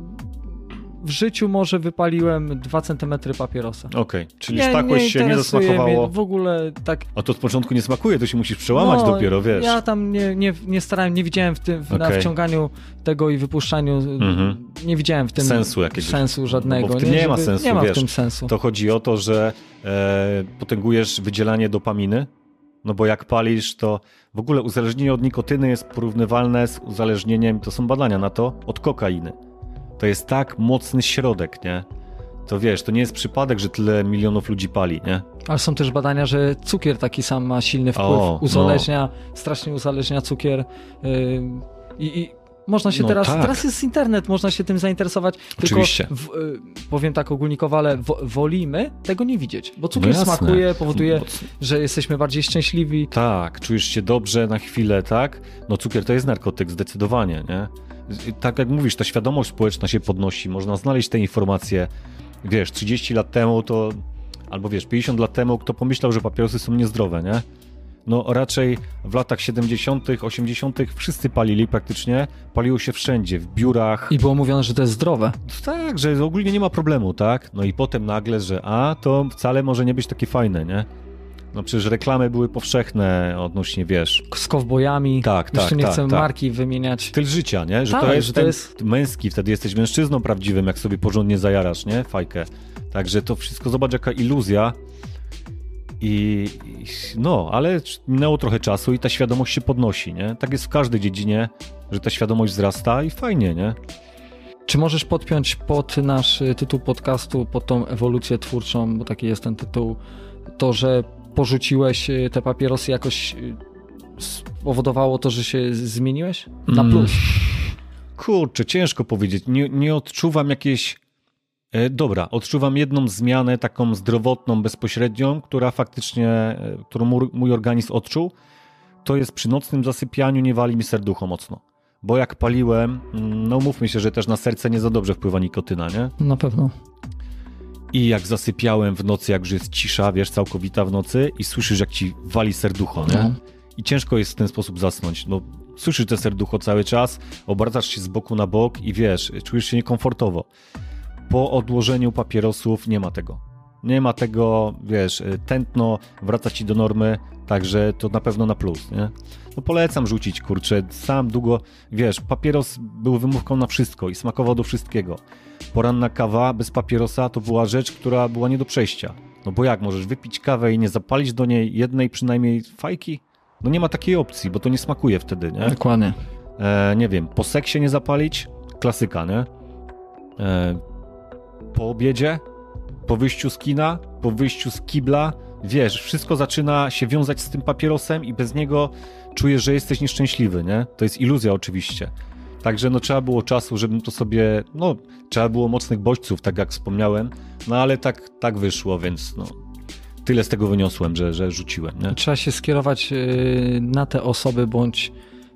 w życiu może wypaliłem dwa centymetry papierosa. Okej, okay. Czyli Nie, sztakłeś nie się, nie interesuje zasmakowało. mnie w ogóle tak. A to od początku nie smakuje, to się musisz przełamać No, dopiero, wiesz. Ja tam nie, nie, nie starałem, nie widziałem w tym, w, na Okej. wciąganiu tego i wypuszczaniu, Mhm. nie widziałem w tym Sensu jakiegoś. sensu żadnego. Bo w tym nie ma sensu, Nie ma wiesz. w tym sensu. To chodzi o to, że e, potęgujesz wydzielanie dopaminy, no bo jak palisz, to w ogóle uzależnienie od nikotyny jest porównywalne z uzależnieniem, to są badania na to, od kokainy. To jest tak mocny środek, nie? To wiesz, to nie jest przypadek, że tyle milionów ludzi pali, nie? Ale są też badania, że cukier taki sam ma silny wpływ, O, uzależnia, strasznie uzależnia cukier yy, i, i można się No teraz, tak. teraz jest internet, można się tym zainteresować, Oczywiście. tylko w, y, powiem tak ogólnikowo, wo, wolimy tego nie widzieć, bo cukier No jasne. smakuje, powoduje, Moc- że jesteśmy bardziej szczęśliwi. Tak, czujesz się dobrze na chwilę, tak? No cukier to jest narkotyk, zdecydowanie, nie? Tak jak mówisz, ta świadomość społeczna się podnosi, można znaleźć te informacje. Wiesz, trzydzieści lat temu to, albo wiesz, pięćdziesiąt lat temu, kto pomyślał, że papierosy są niezdrowe, nie? No raczej w latach siedemdziesiątych, osiemdziesiątych wszyscy palili praktycznie, paliło się wszędzie, w biurach. I było mówione, że to jest zdrowe. Tak, że ogólnie nie ma problemu, tak? No i potem nagle, że a, to wcale może nie być takie fajne, nie? No przecież reklamy były powszechne odnośnie, wiesz, Z kowbojami. Tak, Już tak, tu nie tak, chcę tak. marki wymieniać. styl życia, nie? Że Tak, to jest że to ten jest- męski, wtedy jesteś mężczyzną prawdziwym, jak sobie porządnie zajarasz, nie? Fajkę. Także to wszystko, zobacz jaka iluzja. I i no, ale minęło trochę czasu i ta świadomość się podnosi, nie? Tak jest w każdej dziedzinie, że ta świadomość wzrasta i fajnie, nie? Czy możesz podpiąć pod nasz y, tytuł podcastu, pod tą ewolucję twórczą, bo taki jest ten tytuł, to, że porzuciłeś y, te papierosy, jakoś y, spowodowało to, że się z- zmieniłeś? Na Mm. plus. Kurczę, ciężko powiedzieć. Nie, nie odczuwam jakiejś... E, dobra, odczuwam jedną zmianę taką zdrowotną, bezpośrednią, która faktycznie, e, którą mój, mój organizm odczuł. To jest przy nocnym zasypianiu nie wali mi serducho mocno. Bo jak paliłem, mm, no mówmy się, że też na serce nie za dobrze wpływa nikotyna, nie? Na pewno. I jak zasypiałem w nocy, jak już jest cisza, wiesz, całkowita w nocy i słyszysz, jak ci wali serducho, nie? No. I ciężko jest w ten sposób zasnąć. No, słyszysz te serducho cały czas, obracasz się z boku na bok i wiesz, czujesz się niekomfortowo. Po odłożeniu papierosów nie ma tego. Nie ma tego, wiesz, tętno wraca ci do normy, także to na pewno na plus, nie? No polecam rzucić, kurczę, sam długo, wiesz, papieros był wymówką na wszystko i smakował do wszystkiego. Poranna kawa bez papierosa to była rzecz, która była nie do przejścia. No bo jak, możesz wypić kawę i nie zapalić do niej jednej przynajmniej fajki? No nie ma takiej opcji, bo to nie smakuje wtedy, nie? Dokładnie. E, nie wiem, po seksie nie zapalić? Klasyka, nie? E, po obiedzie? Po wyjściu z kina? Po wyjściu z kibla? Wiesz, wszystko zaczyna się wiązać z tym papierosem i bez niego czujesz, że jesteś nieszczęśliwy, nie? To jest iluzja oczywiście. Także no trzeba było czasu, żebym to sobie, no trzeba było mocnych bodźców, tak jak wspomniałem, no ale tak, tak wyszło, więc no tyle z tego wyniosłem, że, że rzuciłem, nie? Trzeba się skierować na te osoby bądź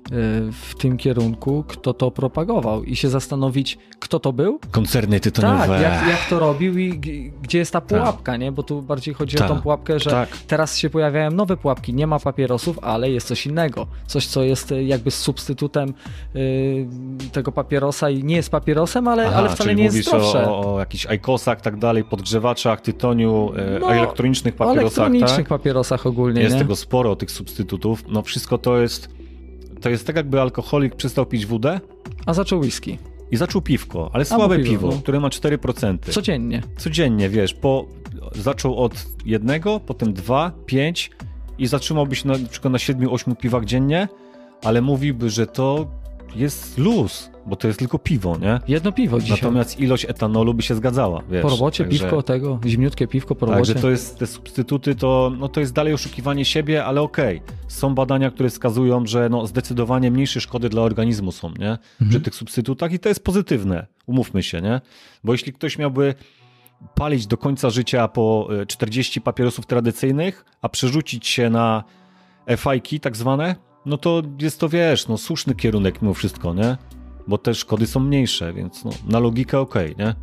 w tym kierunku, kto to propagował i się zastanowić, kto to był. Koncerny tytoniowe. Tak, jak, jak to robił i g- gdzie jest ta pułapka, tak. nie? Bo tu bardziej chodzi tak. o tą pułapkę, że tak. teraz się pojawiają nowe pułapki. Nie ma papierosów, ale jest coś innego. Coś, co jest jakby substytutem yy, tego papierosa i nie jest papierosem, ale, Aha, ale wcale nie jest zdrowsze. O, o jakichś ajkosach, tak dalej, podgrzewaczach, tytoniu, yy, no, elektronicznych papierosach. O elektronicznych tak? papierosach ogólnie. Jest nie? tego sporo, tych substytutów. No wszystko to jest To jest tak, jakby alkoholik przestał pić wódę, a zaczął whisky. I zaczął piwko, ale słabe piwo, piwo no. które ma cztery procent. Codziennie. Codziennie, wiesz, po, zaczął od jednego, potem dwa, pięć i zatrzymałby się na, na przykład na siedmiu, ośmiu piwach dziennie, ale mówiłby, że to jest luz, bo to jest tylko piwo, nie? Jedno piwo dzisiaj. Natomiast ilość etanolu by się zgadzała, wiesz. Po robocie także, piwko tego, zimniutkie piwko po robocie. Także to jest, te substytuty to, no to jest dalej oszukiwanie siebie, ale okej. Okay. Są badania, które wskazują, że no zdecydowanie mniejsze szkody dla organizmu są, nie? Mhm. Przy tych substytutach i to jest pozytywne, umówmy się, nie? Bo jeśli ktoś miałby palić do końca życia po czterdzieści papierosów tradycyjnych, a przerzucić się na fajki tak zwane, no to jest to, wiesz, no słuszny kierunek mimo wszystko, nie? Bo te szkody są mniejsze, więc no, na logikę okej, okay, nie?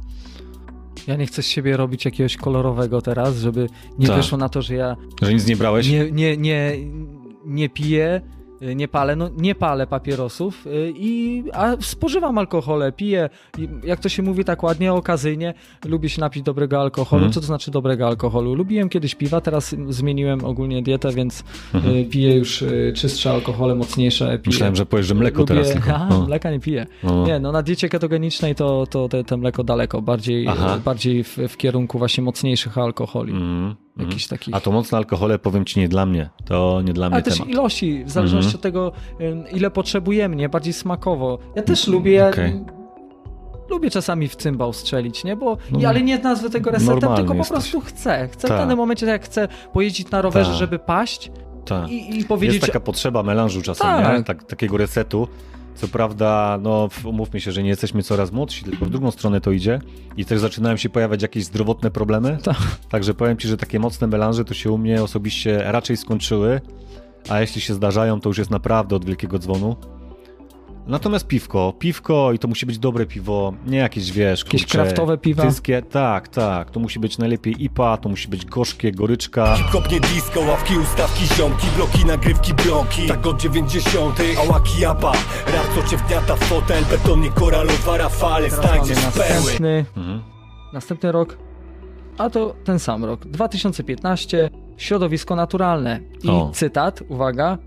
Ja nie chcę z siebie robić jakiegoś kolorowego teraz, żeby nie Ta. wyszło na to, że ja... Że nic nie brałeś? Nie, nie, nie, nie piję, nie palę, no nie palę papierosów, i, a spożywam alkohole, piję, jak to się mówi tak ładnie, okazyjnie, lubię się napić dobrego alkoholu. Hmm. Co to znaczy dobrego alkoholu? Lubiłem kiedyś piwa, teraz zmieniłem ogólnie dietę, więc hmm. piję już czystsze alkohole, mocniejsze. Piję. Myślałem, że powiesz, że mleko lubię, teraz tylko. A, no. Mleka nie piję. No. Nie, no na diecie ketogenicznej to, to te, te mleko daleko, bardziej, bardziej w, w kierunku właśnie mocniejszych alkoholi. Hmm. Jakiś takich. A to mocne alkohole, powiem ci, nie dla mnie. To nie dla mnie Ale temat. też ilości, w zależności mm-hmm. od tego, ile potrzebujemy, nie? Bardziej smakowo. Ja też lubię... Okay. Lubię czasami w cymbał strzelić, nie? Bo, no, ale nie nazwę tego resetem, tylko po prostu jesteś. chcę. Chcę Ta. w danym momencie, jak chcę pojeździć na rowerze, Ta. żeby paść Ta. I, i powiedzieć... Jest taka potrzeba melanżu czasem, tak. nie? Tak, takiego resetu. Co prawda, no umówmy się, że nie jesteśmy coraz młodsi, tylko w drugą stronę to idzie i też zaczynają się pojawiać jakieś zdrowotne problemy. Ta. Także powiem ci, że takie mocne melanże to się u mnie osobiście raczej skończyły, a jeśli się zdarzają, to już jest naprawdę od wielkiego dzwonu. Natomiast piwko, piwko i to musi być dobre piwo, nie jakieś, wiesz, jakieś kraftowe piwa. Wszystkie, tak, tak, to musi być najlepiej I P A, to musi być gorzkie, goryczka. Kopnie disco, ławki, ustawki, ziomki, bloki, nagrywki, bloki. Tak od dziewięćdziesiątych, ałaki, japa, rap co cię wgniata w fotel, betonie, koralowa, rafale, stańcie z perły. Następny, mhm. następny rok, a to ten sam rok, dwa tysiące piętnasty, środowisko naturalne i o. cytat, uwaga,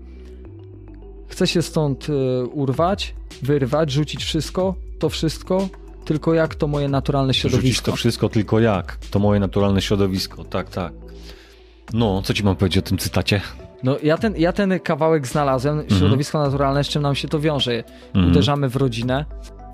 chcę się stąd y, urwać, wyrwać, rzucić wszystko, to wszystko, tylko jak to moje naturalne środowisko. Rzucić to wszystko, tylko jak to moje naturalne środowisko, tak, tak. No, co ci mam powiedzieć o tym cytacie? No, ja ten, ja ten kawałek znalazłem, środowisko mm-hmm. naturalne, z czym nam się to wiąże. Mm-hmm. Uderzamy w rodzinę,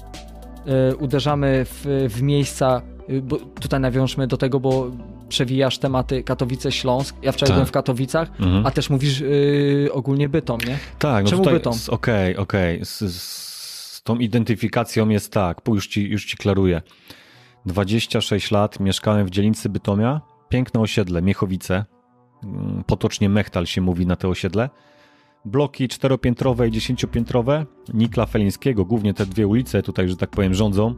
y, uderzamy w, w miejsca, y, bo tutaj nawiążmy do tego, bo przewijasz tematy Katowice-Śląsk. Ja wczoraj tak. byłem w Katowicach, mhm. a też mówisz yy, ogólnie Bytom, nie? Tak, no Czemu tutaj Bytom? Okej, okay, okej. Okay. Z, z tą identyfikacją jest tak, już ci, już ci klaruję. dwadzieścia sześć lat mieszkałem w dzielnicy Bytomia. Piękne osiedle, Miechowice. Potocznie Mechtal się mówi na te osiedle. Bloki czteropiętrowe i dziesięciopiętrowe. Nikla Felińskiego, głównie te dwie ulice tutaj, że tak powiem, rządzą.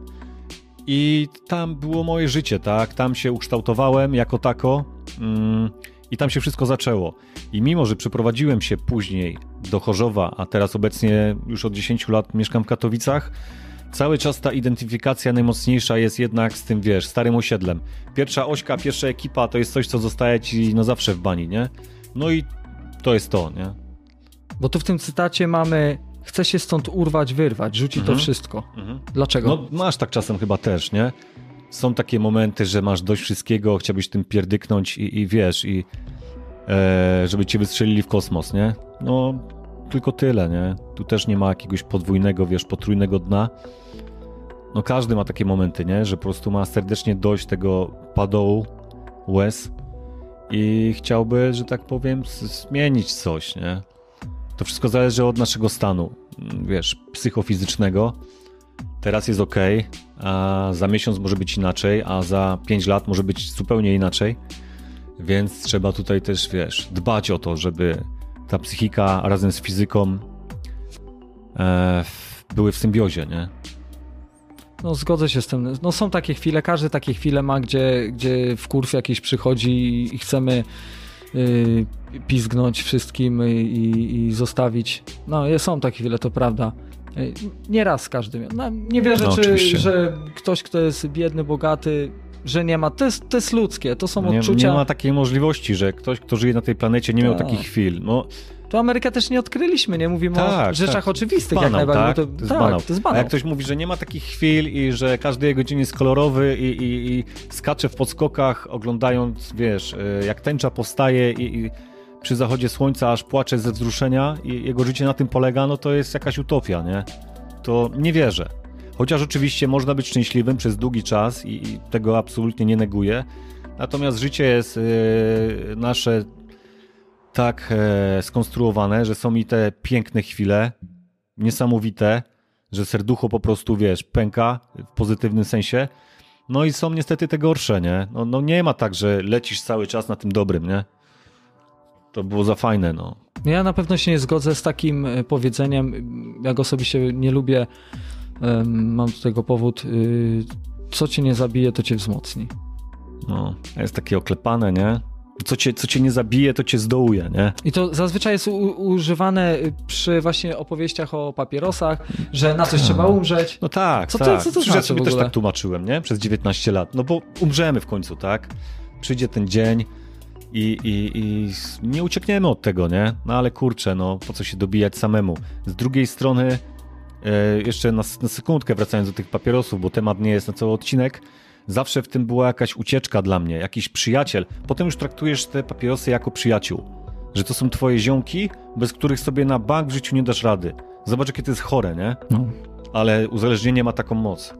I tam było moje życie, tak? Tam się ukształtowałem jako tako mm, i tam się wszystko zaczęło. I mimo, że przeprowadziłem się później do Chorzowa, a teraz obecnie już od dziesięciu lat mieszkam w Katowicach, cały czas ta identyfikacja najmocniejsza jest jednak z tym, wiesz, starym osiedlem. Pierwsza ośka, pierwsza ekipa to jest coś, co zostaje ci no zawsze w bani, nie? No i to jest to, nie? Bo tu w tym cytacie mamy chce się stąd urwać, wyrwać, rzuci Mhm. to wszystko. Mhm. Dlaczego? No masz tak czasem chyba też, nie? Są takie momenty, że masz dość wszystkiego, chciałbyś tym pierdyknąć i, i wiesz, i e, żeby cię wystrzelili w kosmos, nie? No, tylko tyle, nie? Tu też nie ma jakiegoś podwójnego, wiesz, potrójnego dna. No każdy ma takie momenty, nie? Że po prostu ma serdecznie dość tego padołu łez i chciałby, że tak powiem, s- zmienić coś, nie? To wszystko zależy od naszego stanu, wiesz, psychofizycznego. Teraz jest ok, a za miesiąc może być inaczej, a za pięć lat może być zupełnie inaczej. Więc trzeba tutaj też, wiesz, dbać o to, żeby ta psychika razem z fizyką e, były w symbiozie, nie? No zgodzę się z tym. No są takie chwile, każdy takie chwile ma, gdzie, gdzie wkurw jakiś przychodzi i chcemy yy, pizgnąć wszystkim i, i zostawić. No są takie chwile, to prawda. Yy, nie raz każdy miał. No, nie wierzę, No, czy, oczywiście. że ktoś, kto jest biedny, bogaty, że nie ma. To jest, to jest ludzkie, to są Nie, odczucia. nie ma takiej możliwości, że ktoś, kto żyje na tej planecie, nie miał Tak. takich chwil. No, To Amerykę też nie odkryliśmy, nie mówimy tak, o rzeczach tak. oczywistych Banał, jak najbardziej. tak? To, To jest tak, banał. to jest A banał. jak ktoś mówi, że nie ma takich chwil i że każdy jego dzień jest kolorowy i, i, i skacze w podskokach, oglądając, wiesz, y, jak tęcza powstaje i, i przy zachodzie słońca aż płacze ze wzruszenia i jego życie na tym polega, no to jest jakaś utopia, nie? To nie wierzę. Chociaż oczywiście można być szczęśliwym przez długi czas i, i tego absolutnie nie neguję. Natomiast życie jest y, nasze tak e, skonstruowane, że są mi te piękne chwile, niesamowite, że serducho po prostu, wiesz, pęka w pozytywnym sensie. No i są niestety te gorsze, nie? No, no nie ma tak, że lecisz cały czas na tym dobrym, nie? To było za fajne, no. Ja na pewno się nie zgodzę z takim e, powiedzeniem. Ja go osobiście nie lubię. Em, Mam do tego powód. y, Co cię nie zabije, to cię wzmocni. no. Jest takie oklepane, nie? Co cię, co cię nie zabije, to cię zdołuje, nie? I to zazwyczaj jest u, używane przy właśnie opowieściach o papierosach, że na coś trzeba umrzeć. No tak, Co to- tak. co to Przecież ja znaczy sobie w też ogóle? tak tłumaczyłem, nie? Przez dziewiętnaście lat. No bo umrzemy w końcu, tak? Przyjdzie ten dzień i, i, i nie uciekniemy od tego, nie? No ale kurczę, no po co się dobijać samemu? Z drugiej strony, e, jeszcze na, na sekundkę wracając do tych papierosów, bo temat nie jest na cały odcinek, zawsze w tym była jakaś ucieczka dla mnie, jakiś przyjaciel. Potem już traktujesz te papierosy jako przyjaciół. Że to są twoje ziomki, bez których sobie na bank w życiu nie dasz rady. Zobacz, jakie to jest chore, nie? No. Ale uzależnienie ma taką moc.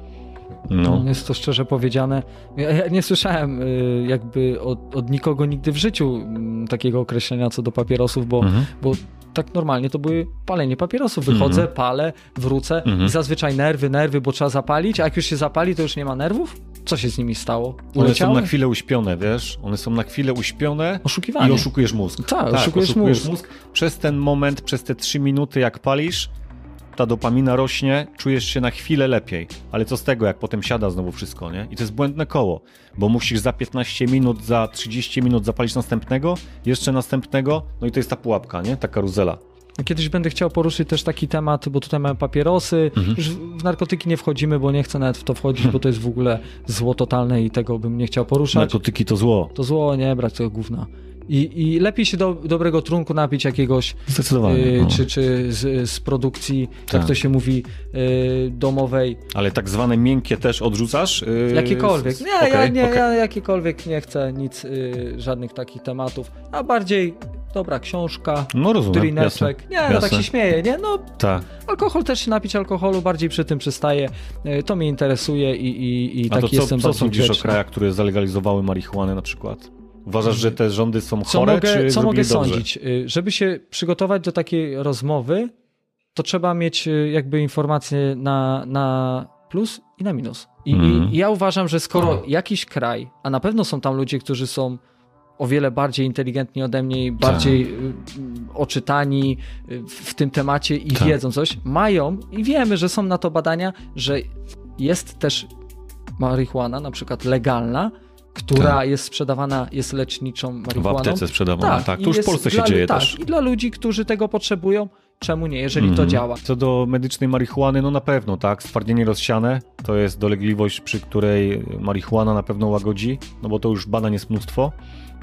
No. Jest to szczerze powiedziane. Ja, ja nie słyszałem y, jakby od, od nikogo nigdy w życiu mm, takiego określenia co do papierosów, bo, Mhm. bo tak normalnie to były palenie papierosów. Wychodzę, Mhm. palę, wrócę Mhm. i zazwyczaj nerwy, nerwy, bo trzeba zapalić, a jak już się zapali, to już nie ma nerwów? Co się z nimi stało? One są Uleciały? na chwilę uśpione, wiesz? One są na chwilę uśpione Oszukiwanie. i oszukujesz mózg. Tak, oszukujesz mózg. Przez ten moment, przez te trzy minuty jak palisz, ta dopamina rośnie, czujesz się na chwilę lepiej. Ale co z tego, jak potem siada znowu wszystko, nie? I to jest błędne koło, bo musisz za piętnaście minut, za trzydzieści minut zapalić następnego, jeszcze następnego, no i to jest ta pułapka, nie? Ta karuzela. Kiedyś będę chciał poruszyć też taki temat, bo tutaj mamy papierosy. Mhm. Już w narkotyki nie wchodzimy, bo nie chcę nawet w to wchodzić, bo to jest w ogóle zło totalne i tego bym nie chciał poruszać. Narkotyki to zło. To zło, nie brać tego gówna. I, i lepiej się do dobrego trunku napić jakiegoś, Zdecydowanie. y, no. czy, czy z, z produkcji, Tak. jak to się mówi, y, domowej. Ale tak zwane miękkie też odrzucasz? Yy, Jakiekolwiek. z- Nie, ja, okej, nie okej. ja jakiekolwiek nie chcę nic, y, żadnych takich tematów, a bardziej dobra książka, No rozumiem, drineczek. Nie, no tak się śmieję, nie? No Tak. alkohol też się napić alkoholu, bardziej przy tym przystaję. Y, To mnie interesuje i, i, i A to taki co, jestem co bardziej sądzisz o grzeczny. krajach, które zalegalizowały marihuanę na przykład? Uważasz, że te rządy są Co chore, mogę, czy co mogę zrobili dobrze? sądzić? Y, Żeby się przygotować do takiej rozmowy, to trzeba mieć y, jakby informacje na, na plus i na minus. I, Mhm. I ja uważam, że skoro jakiś kraj, a na pewno są tam ludzie, którzy są o wiele bardziej inteligentni ode mnie i bardziej y, y, oczytani y, w, w tym temacie i Tak. wiedzą coś, mają i wiemy, że są na to badania, że jest też marihuana, na przykład legalna, która Tak. jest sprzedawana, jest leczniczą W marihuaną. aptece sprzedawana, tak. i To już w jest Polsce się dla, dzieje tak, też. i dla ludzi, którzy tego potrzebują czemu nie, jeżeli Mhm. to działa. Co do medycznej marihuany, no na pewno, tak, stwardnienie rozsiane to jest dolegliwość, przy której marihuana na pewno łagodzi, no bo to już badań jest mnóstwo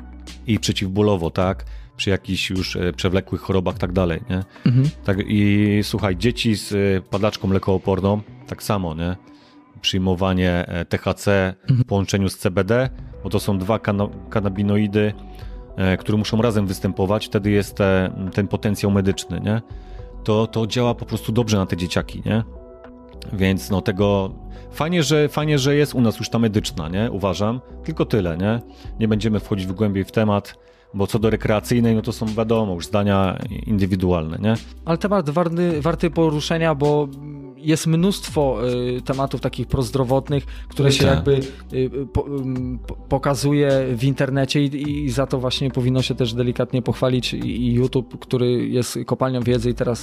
i przeciwbólowo, tak, przy jakichś już e, przewlekłych chorobach tak dalej, nie? Mhm. Tak, i słuchaj, dzieci z e, padaczką lekooporną, tak samo, nie? Przyjmowanie e, T H C w połączeniu z C B D, bo to są dwa kana- kanabinoidy, e, które muszą razem występować, wtedy jest te, ten potencjał medyczny, nie? To, to działa po prostu dobrze na te dzieciaki, nie? Więc no tego... Fajnie że, fajnie, że jest u nas już ta medyczna, nie? Uważam. Tylko tyle, nie? Nie będziemy wchodzić w głębiej w temat, bo co do rekreacyjnej, no to są wiadomo już zdania indywidualne, nie? Ale temat warty, warty poruszenia, bo jest mnóstwo y, tematów takich prozdrowotnych, które się Tak. jakby y, po, ym, po, pokazuje w internecie i, i za to właśnie powinno się też delikatnie pochwalić i, i YouTube, który jest kopalnią wiedzy i teraz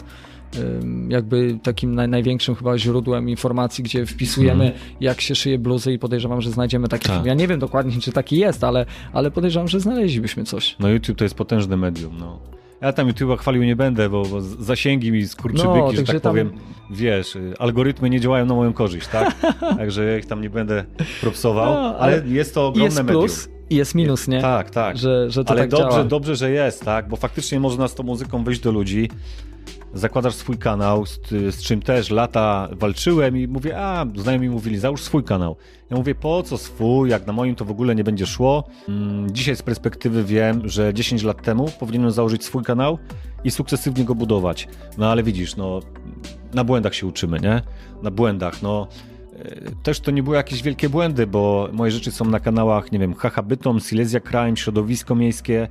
ym, jakby takim naj, największym chyba źródłem informacji, gdzie wpisujemy Mhm. jak się szyje bluzy i podejrzewam, że znajdziemy taki Tak. film. Ja nie wiem dokładnie, czy taki jest, ale, ale podejrzewam, że znaleźlibyśmy coś. No YouTube to jest potężne medium, no. Ja tam YouTube'a chwalił nie będę, bo, bo zasięgi mi skurczybyki, No, że także tak tam- powiem, wiesz, y, algorytmy nie działają na moją korzyść, tak? Także ja ich tam nie będę propsował, No, ale, ale jest to I ogromne jest medium. plus i jest minus, nie? Tak, tak. Że, że to Ale tak dobrze, działa. dobrze, że jest, tak? Bo faktycznie można z tą muzyką wyjść do ludzi, zakładasz swój kanał, z, z czym też lata walczyłem i mówię, a znajomi mówili, załóż swój kanał. Ja mówię, po co swój, jak na moim to w ogóle nie będzie szło. Mm, dzisiaj z perspektywy wiem, że dziesięć lat temu powinienem założyć swój kanał i sukcesywnie go budować. No ale widzisz, no na błędach się uczymy, nie? Na błędach, no. Też to nie były jakieś wielkie błędy, bo moje rzeczy są na kanałach, nie wiem, Haha Bytom, Silesia Crime, Środowisko Miejskie,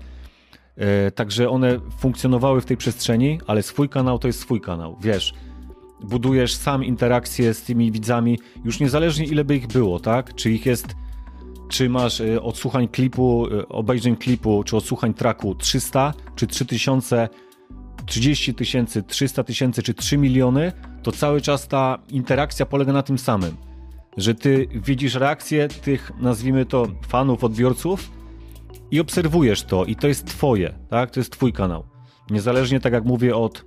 e, także one funkcjonowały w tej przestrzeni, ale swój kanał to jest swój kanał, wiesz, budujesz sam interakcję z tymi widzami, już niezależnie ile by ich było, tak, czy ich jest, czy masz e, odsłuchań klipu, e, obejrzeń klipu, czy odsłuchań tracku trzysta, czy trzy tysiące, trzydzieści tysięcy, trzysta tysięcy, czy trzy miliony, to cały czas ta interakcja polega na tym samym, że ty widzisz reakcję tych, nazwijmy to, fanów, odbiorców i obserwujesz to i to jest twoje, tak? To jest twój kanał. Niezależnie, tak jak mówię, od,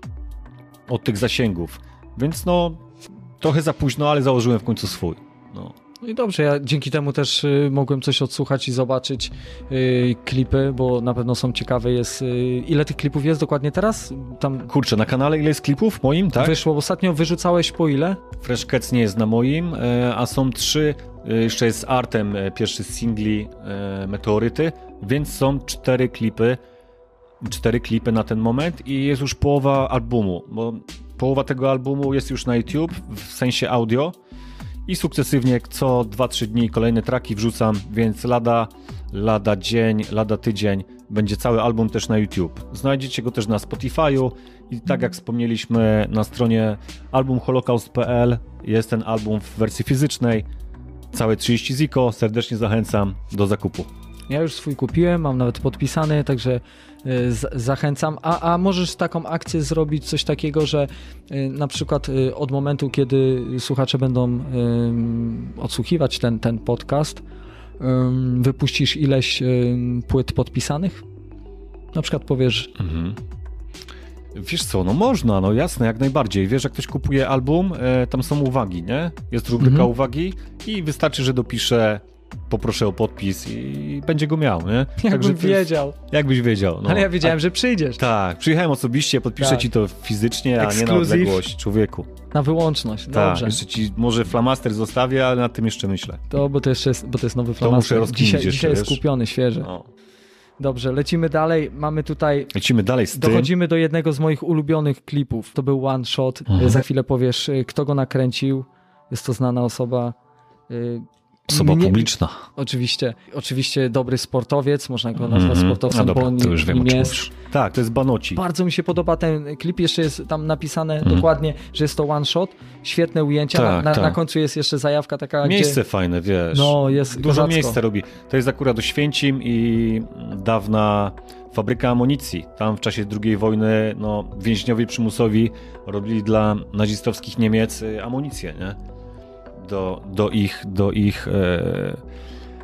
od tych zasięgów. Więc no, trochę za późno, ale założyłem w końcu swój. No. No i dobrze, ja dzięki temu też y, mogłem coś odsłuchać i zobaczyć y, klipy, bo na pewno są ciekawe. Jest, y, ile tych klipów jest dokładnie teraz? Tam Kurczę, na kanale ile jest klipów moim, tak? wyszło, ostatnio wyrzucałeś po ile? Fresh Cats nie jest na moim, e, a są trzy, e, jeszcze jest z Artem, e, pierwszy z singli e, Meteoryty, więc są cztery klipy, cztery klipy na ten moment i jest już połowa albumu, bo połowa tego albumu jest już na YouTube, w sensie audio i sukcesywnie co dwa trzy dni kolejne traki wrzucam, więc lada, lada dzień, lada tydzień będzie cały album też na YouTube. Znajdziecie go też na Spotify'u i tak jak wspomnieliśmy na stronie album holocaust kropka p l jest ten album w wersji fizycznej, całe trzydzieści ziko, serdecznie zachęcam do zakupu. Ja już swój kupiłem, mam nawet podpisany, także y, z, zachęcam. A, a możesz taką akcję zrobić, coś takiego, że y, na przykład y, od momentu, kiedy słuchacze będą y, odsłuchiwać ten, ten podcast, y, wypuścisz ileś y, płyt podpisanych? Na przykład powiesz, Mhm. Wiesz co, no można, no jasne, jak najbardziej. Wiesz, jak ktoś kupuje album, e, tam są uwagi, nie? Jest rubryka Mhm. uwagi i wystarczy, że dopiszę, poproszę o podpis i będzie go miał, nie? jakbym to jest- wiedział. Jakbyś wiedział. No. Ale ja wiedziałem, że przyjdziesz A, tak, przyjechałem osobiście, podpiszę Tak. ci to fizycznie, a nie na Ekskluzyw. odległość, człowieku. na wyłączność. Tak, Dobrze. jeszcze ci może flamaster zostawię, ale nad tym jeszcze myślę. To, bo to, jeszcze jest, bo to jest nowy muszę flamaster. rozkminić Dzisiaj, jeszcze, dzisiaj jest wiesz? kupiony, świeży. No. Dobrze, lecimy dalej. Mamy tutaj Lecimy dalej z tym. Dochodzimy do jednego z moich ulubionych klipów. To był One Shot. Mhm. Za chwilę powiesz, y, kto go nakręcił. Jest to znana osoba. y, Osoba mnie- publiczna. Oczywiście, oczywiście dobry sportowiec, można go nazwać Mhm. sportowcem, A dobra, bo on to już wiem, o nim czym jest. mówisz. Tak, to jest Banoci. Bardzo mi się podoba ten klip, jeszcze jest tam napisane Mhm. dokładnie, że jest to one shot, świetne ujęcia, Tak, na, na, tak. na końcu jest jeszcze zajawka taka, Miejsce gdzie... fajne, wiesz. No, jest Dużo kozacko. miejsca robi. To jest akurat Oświęcim i dawna fabryka amunicji. Tam w czasie drugiej wojny no, więźniowie przymusowi robili dla nazistowskich Niemiec y, amunicję, nie? Do, do ich, do ich e,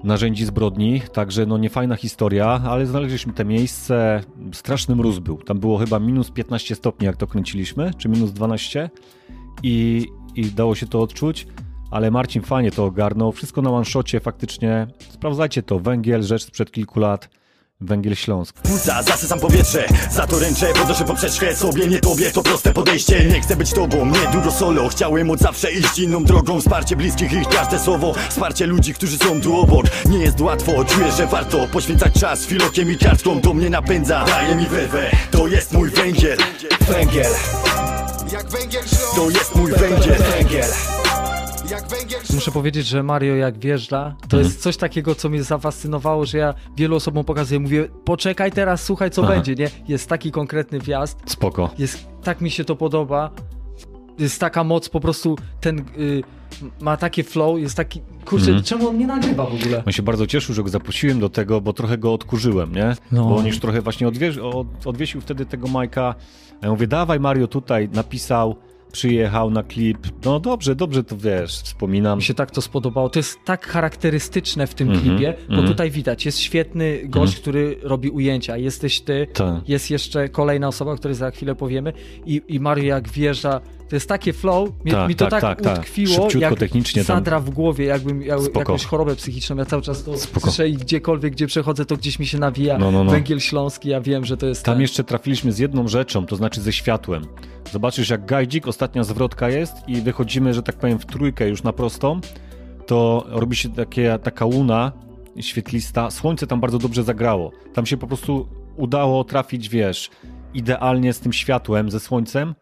narzędzi zbrodni, także no niefajna historia, ale znaleźliśmy te miejsce, straszny mróz był, tam było chyba minus piętnaście stopni jak to kręciliśmy, czy minus dwanaście i, i dało się to odczuć, ale Marcin fajnie to ogarnął, wszystko na one-shocie faktycznie, sprawdzajcie to, Węgiel, rzecz sprzed kilku lat, Węgiel Śląsk. Płuca, zasysam powietrze, za to ręczę, podnoszę poprzeczkę sobie, nie tobie, to proste podejście. Nie chcę być tobą, nie dużo solo, chciałem od zawsze iść inną drogą. Wsparcie bliskich i każde słowo, wsparcie ludzi, którzy są tu obok. Nie jest łatwo, czuję, że warto poświęcać czas filokiem i kartką. To mnie napędza, daje mi werwę, to jest mój węgiel. Węgiel, Jak węgiel Śląsk, to jest mój węgiel. Węgiel. jak węgiel Muszę powiedzieć, że Mario jak wjeżdża, to jest coś takiego, co mnie zafascynowało, że ja wielu osobom pokazuję, mówię, poczekaj teraz, słuchaj co Aha. będzie, nie? Jest taki konkretny wjazd, Spoko. jest, tak mi się to podoba, jest taka moc, po prostu ten y, ma takie flow, jest taki, kurczę, Mhm. czemu on nie nagrywa w ogóle? On się bardzo cieszył, że go zaprosiłem do tego, bo trochę go odkurzyłem, nie? No. Bo on już trochę właśnie odwie- od, odwiesił wtedy tego Majka. Ja mówię, dawaj Mario tutaj, napisał, przyjechał na klip. No dobrze, dobrze to wiesz, wspominam. Mi się tak to spodobało. To jest tak charakterystyczne w tym Mhm, klipie, bo mhm. tutaj widać, jest świetny gość, który robi ujęcia, jesteś ty, Tak. jest jeszcze kolejna osoba, o której za chwilę powiemy i, i Mario jak wjeżdża, to jest takie flow, mi, Tak, mi to tak, tak, tak, tak. utkwiło, Szybciutko, jak technicznie tam. sadra w głowie, jakbym miał Spoko. jakąś chorobę psychiczną, ja cały czas to Spoko. słyszę i gdziekolwiek, gdzie przechodzę, to gdzieś mi się nawija No, no, no. Węgiel Śląski, ja wiem, że to jest Tam ten... jeszcze trafiliśmy z jedną rzeczą, to znaczy ze światłem. Zobaczysz jak gajdzik, ostatnia zwrotka jest i wychodzimy, że tak powiem, w trójkę już na prostą, to robi się takie, taka łuna świetlista, słońce tam bardzo dobrze zagrało. Tam się po prostu udało trafić, wiesz, idealnie z tym światłem, ze słońcem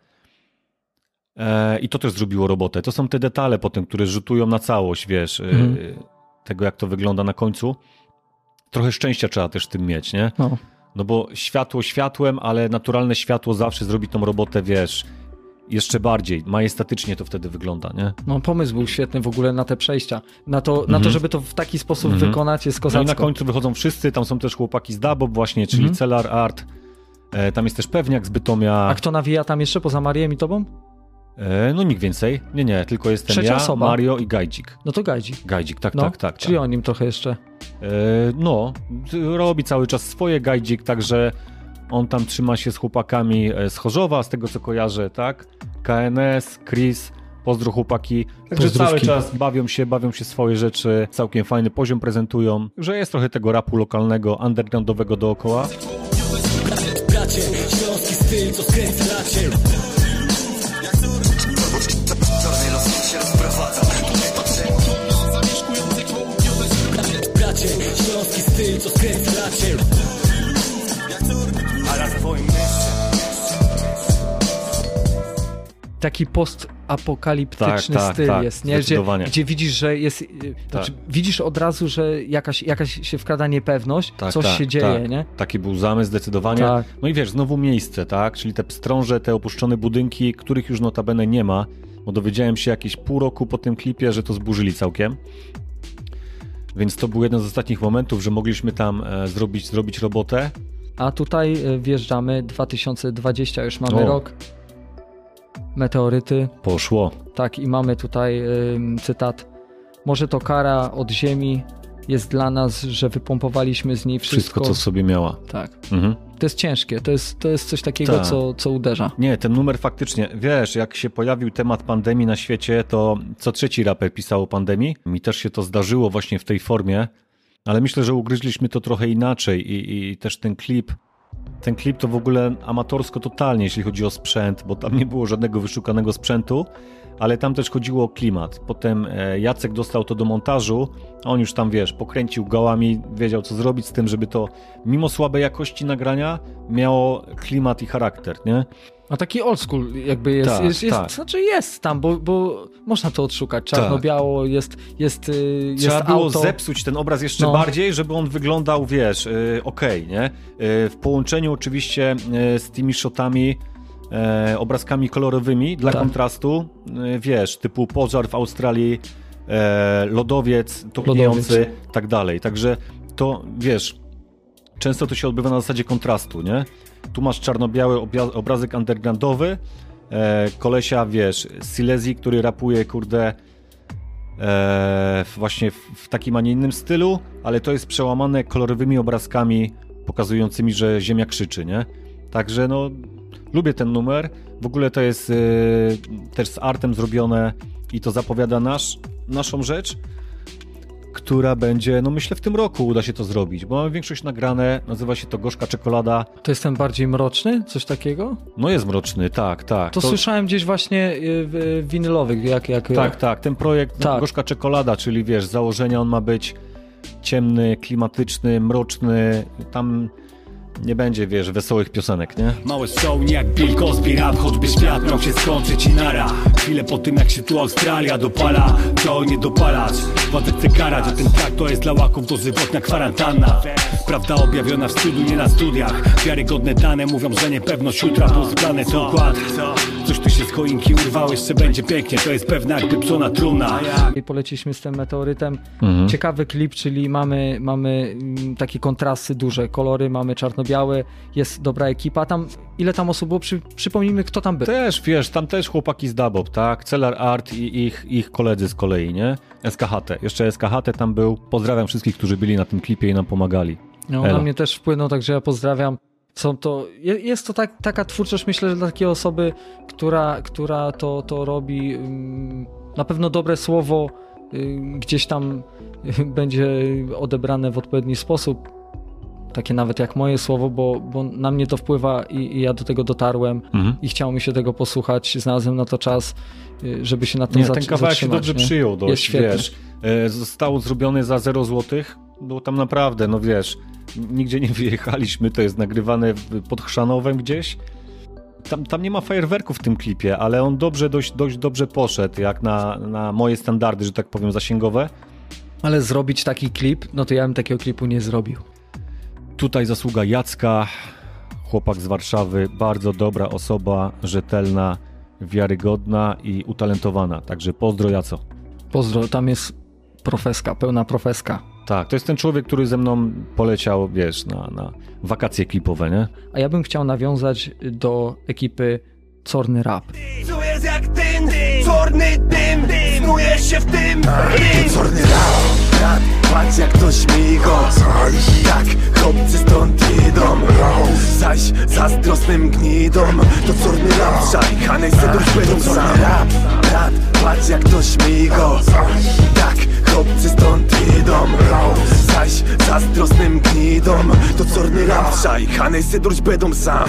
e, i to też zrobiło robotę. To są te detale potem, które rzutują na całość, wiesz, Mhm. e, tego jak to wygląda na końcu. Trochę szczęścia trzeba też w tym mieć, nie? No. No bo światło światłem, ale naturalne światło zawsze zrobi tą robotę, wiesz, jeszcze bardziej, majestatycznie to wtedy wygląda, nie? No pomysł był świetny w ogóle na te przejścia, na to, na to Mhm. żeby to w taki sposób Mhm. wykonać jest No i kozacko. na końcu wychodzą wszyscy, tam są też chłopaki z Dabob właśnie, czyli Mhm. Celar Art, e, tam jest też Pewniak z Bytomia, A kto nawija tam jeszcze poza Mariem i tobą? e, no nikt więcej, nie, nie, tylko jestem Trzecia ja, osoba. Mario i Gajdzik. No to Gajdzik. Gajdzik, tak, No, tak, tak. czyli tak. o nim trochę jeszcze. E, no, robi cały czas swoje Gajdzik, także on tam trzyma się z chłopakami e, z Chorzowa, z tego co kojarzę, tak? K N S, Chris, pozdro chłopaki. Także cały Pozdrówki. czas bawią się, bawią się swoje rzeczy, całkiem fajny poziom prezentują, że jest trochę tego rapu lokalnego, undergroundowego dookoła. Bracie, śląski styl, co skręcacie. Bracie, śląski styl, co skręcacie. Ale w twoim mieście. Taki postapokaliptyczny Tak, tak, styl tak, jest, nie? Gdzie, zdecydowanie. gdzie widzisz, że jest. y, Znaczy, widzisz od razu, że jakaś, jakaś się wkrada niepewność, Tak, coś tak, się dzieje, tak. nie? Taki był zamysł zdecydowanie. Tak. No i wiesz, znowu miejsce, tak? Czyli te pstrąże, te opuszczone budynki, których już notabene nie ma, bo dowiedziałem się jakieś pół roku po tym klipie, że to zburzyli całkiem. Więc to był jeden z ostatnich momentów, że mogliśmy tam e, zrobić, zrobić robotę. A tutaj y, wjeżdżamy dwa tysiące dwudziesty, już mamy O. rok. Meteoryty, Poszło. tak, i mamy tutaj ym, cytat. Może to kara od ziemi jest dla nas, że wypompowaliśmy z niej wszystko. Wszystko, co w sobie miała. Tak. Mhm. To jest ciężkie, to jest, to jest coś takiego, Tak. co, co uderza. Nie, ten numer faktycznie, wiesz, jak się pojawił temat pandemii na świecie, to co trzeci raper pisał o pandemii. Mi też się to zdarzyło właśnie w tej formie, ale myślę, że ugryźliśmy to trochę inaczej i, i też ten klip, ten klip to w ogóle amatorsko totalnie, jeśli chodzi o sprzęt, bo tam nie było żadnego wyszukanego sprzętu, ale tam też chodziło o klimat. Potem e, Jacek dostał to do montażu, a on już tam, wiesz, pokręcił gołami, wiedział co zrobić z tym, żeby to mimo słabej jakości nagrania miało klimat i charakter, nie? A taki old school jakby jest, Tak, jest, jest tak. znaczy jest tam, bo, bo można to odszukać, czarno-biało, jest, jest, y, jest Trzeba było auto. zepsuć ten obraz jeszcze No. bardziej, żeby on wyglądał, wiesz, yy, okej, nie? Yy, w połączeniu oczywiście yy, z tymi shotami, yy, obrazkami kolorowymi dla Tak. kontrastu, yy, wiesz, typu pożar w Australii, yy, lodowiec topniejący, Lodowiec. tak dalej. Także to, wiesz, często to się odbywa na zasadzie kontrastu, nie? Tu masz czarno-biały obia- obrazek undergroundowy, e, kolesia, wiesz, z Silesii, który rapuje, kurde, e, właśnie w, w takim, a nie innym stylu, ale to jest przełamane kolorowymi obrazkami pokazującymi, że ziemia krzyczy, nie? Także no, lubię ten numer. W ogóle to jest e, też z artem zrobione i to zapowiada nasz, naszą rzecz, która będzie, no myślę w tym roku uda się to zrobić, bo mamy większość nagrane, nazywa się to Gorzka Czekolada. To jest ten bardziej mroczny? Coś takiego? No jest mroczny, tak, tak. To, to... słyszałem gdzieś właśnie w winylowych, jak... jak... Tak, tak, ten projekt tak. Gorzka Czekolada, czyli wiesz, z założenia on ma być ciemny, klimatyczny, mroczny, tam nie będzie, wiesz, wesołych piosenek, nie? Małe są jak Bill Cosby, rap, choćby świat miał się skończyć i nara. Chwilę po tym jak się tu Australia dopala, to nie dopalać, władze chce karać, a ten tak to jest dla łaków dożywotnia kwarantanna. Prawda objawiona w studiu, nie na studiach. Wiarygodne dane mówią, że niepewność jutra, bo zgrane to układ. Coś tu się z choinki urwało, jeszcze będzie pięknie, to jest pewna jakby psona trumna. I poleciliśmy z tym meteorytem. Mhm. Ciekawy klip, czyli mamy, mamy takie kontrasty duże, kolory, mamy czarno-białe, jest dobra ekipa. Tam, ile tam osób było? Przy, przypomnijmy, kto tam był. Też, wiesz, tam też chłopaki z Dabob, tak? Cellar Art i ich, ich koledzy z kolei, nie? S K H T. Jeszcze S K H T tam był. Pozdrawiam wszystkich, którzy byli na tym klipie i nam pomagali. No, na mnie też wpłynął, także ja pozdrawiam. Są to, jest to tak, taka twórczość, myślę, że dla takiej osoby, która, która to, to robi, na pewno dobre słowo gdzieś tam będzie odebrane w odpowiedni sposób. Takie nawet jak moje słowo, bo, bo na mnie to wpływa i, i ja do tego dotarłem mhm. i chciało mi się tego posłuchać. Znalazłem na to czas, żeby się na tym zatrzymać. Ten kawałek się dobrze nie? przyjął dość, jest świetny. Wiesz. Został zrobiony za zero złotych, bo tam naprawdę, no wiesz, nigdzie nie wyjechaliśmy, to jest nagrywane pod Chrzanowem gdzieś. Tam, tam nie ma fajerwerków w tym klipie, ale on dobrze, dość, dość dobrze poszedł, jak na, na moje standardy, że tak powiem, zasięgowe. Ale zrobić taki klip, no to ja bym takiego klipu nie zrobił. Tutaj zasługa Jacka, chłopak z Warszawy, bardzo dobra osoba, rzetelna, wiarygodna i utalentowana. Także pozdro, Jaco. Pozdro, tam jest profeska, pełna profeska. Tak, to jest ten człowiek, który ze mną poleciał, wiesz, na, na wakacje klipowe, nie? A ja bym chciał nawiązać do ekipy Corny Rap. Czujesz jak ten czarny dym, snujesz się w tym To Corny Rap, rap, patrz jak to śmigo. Tak, chłopcy stąd idą. Zaś zazdrosnym gnidą. To Corny Rap, szaj, Hanej Sedów będą sam. Rap, rap, patrz jak to śmigo. Tak, chłopcy stąd idą. Zaś zazdrosnym gnidą. To Corny Rap, szaj, Hanej Sedów będą sam.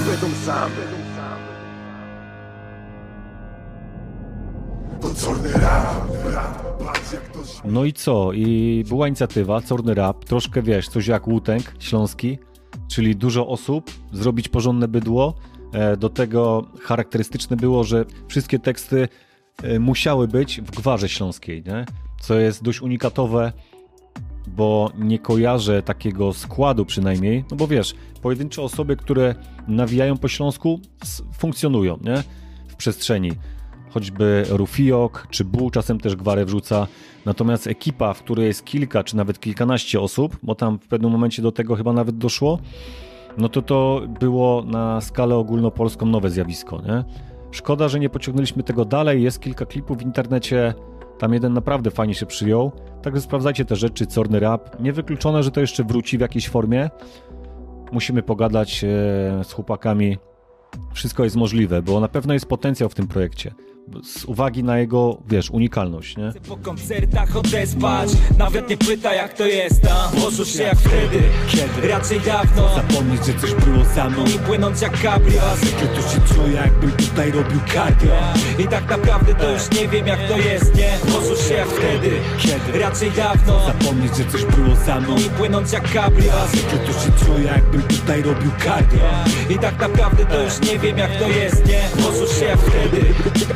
No i co? I była inicjatywa, Corny Rap, troszkę wiesz, coś jak Wu-Tang śląski, czyli dużo osób, zrobić porządne bydło. Do tego charakterystyczne było, że wszystkie teksty musiały być w gwarze śląskiej, nie? Co jest dość unikatowe, bo nie kojarzę takiego składu przynajmniej, no bo wiesz, pojedyncze osoby, które nawijają po śląsku, funkcjonują, nie? W przestrzeni. Choćby Rufiok czy Bu czasem też gwarę wrzuca. Natomiast ekipa, w której jest kilka czy nawet kilkanaście osób, bo tam w pewnym momencie do tego chyba nawet doszło, no to to było na skalę ogólnopolską nowe zjawisko, nie? Szkoda, że nie pociągnęliśmy tego dalej. Jest kilka klipów w internecie, tam jeden naprawdę fajnie się przyjął. Także sprawdzajcie te rzeczy, Corny Rap. Niewykluczone, że to jeszcze wróci w jakiejś formie. Musimy pogadać e, z chłopakami. Wszystko jest możliwe, bo na pewno jest potencjał w tym projekcie. Z uwagi na jego, wiesz, unikalność, nie? Po koncertach odespać, nawet nie pyta jak to jest, a możesz się jak wtedy, kiedy? Raczej dawno zapomnieć, że coś było za mną i płynąć jak cabrio, a zwykle to się czuję, jakbym tutaj robił cardio. I tak naprawdę to już nie wiem jak to jest, nie? Możesz się jak wtedy, kiedy? Raczej dawno zapomnieć, że coś było za mną i płynąć jak cabrio, a zwykle to się czuję, jakbym tutaj robił cardio. I tak naprawdę to już nie wiem jak to jest, nie? Możesz się jak wtedy.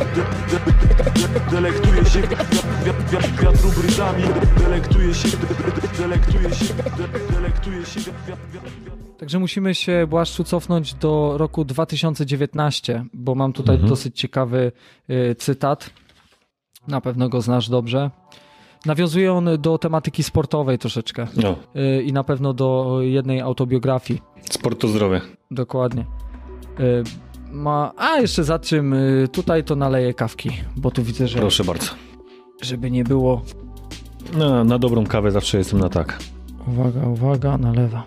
Delektuje się wiatru bryzami. Delektuje się, delektuje się, delektuje się Także musimy się, Błaszczu, cofnąć do roku dwa tysiące dziewiętnastego, bo mam tutaj mhm. dosyć ciekawy y, cytat. Na pewno go znasz dobrze. Nawiązuje on do tematyki sportowej troszeczkę. No. Y, I na pewno do jednej autobiografii. Sport to zdrowie. Dokładnie. Y, Ma... A, jeszcze za czym tutaj to naleję kawki, bo tu widzę, że... Proszę bardzo. żeby nie było... No, na dobrą kawę zawsze jestem na tak. Uwaga, uwaga, nalewam.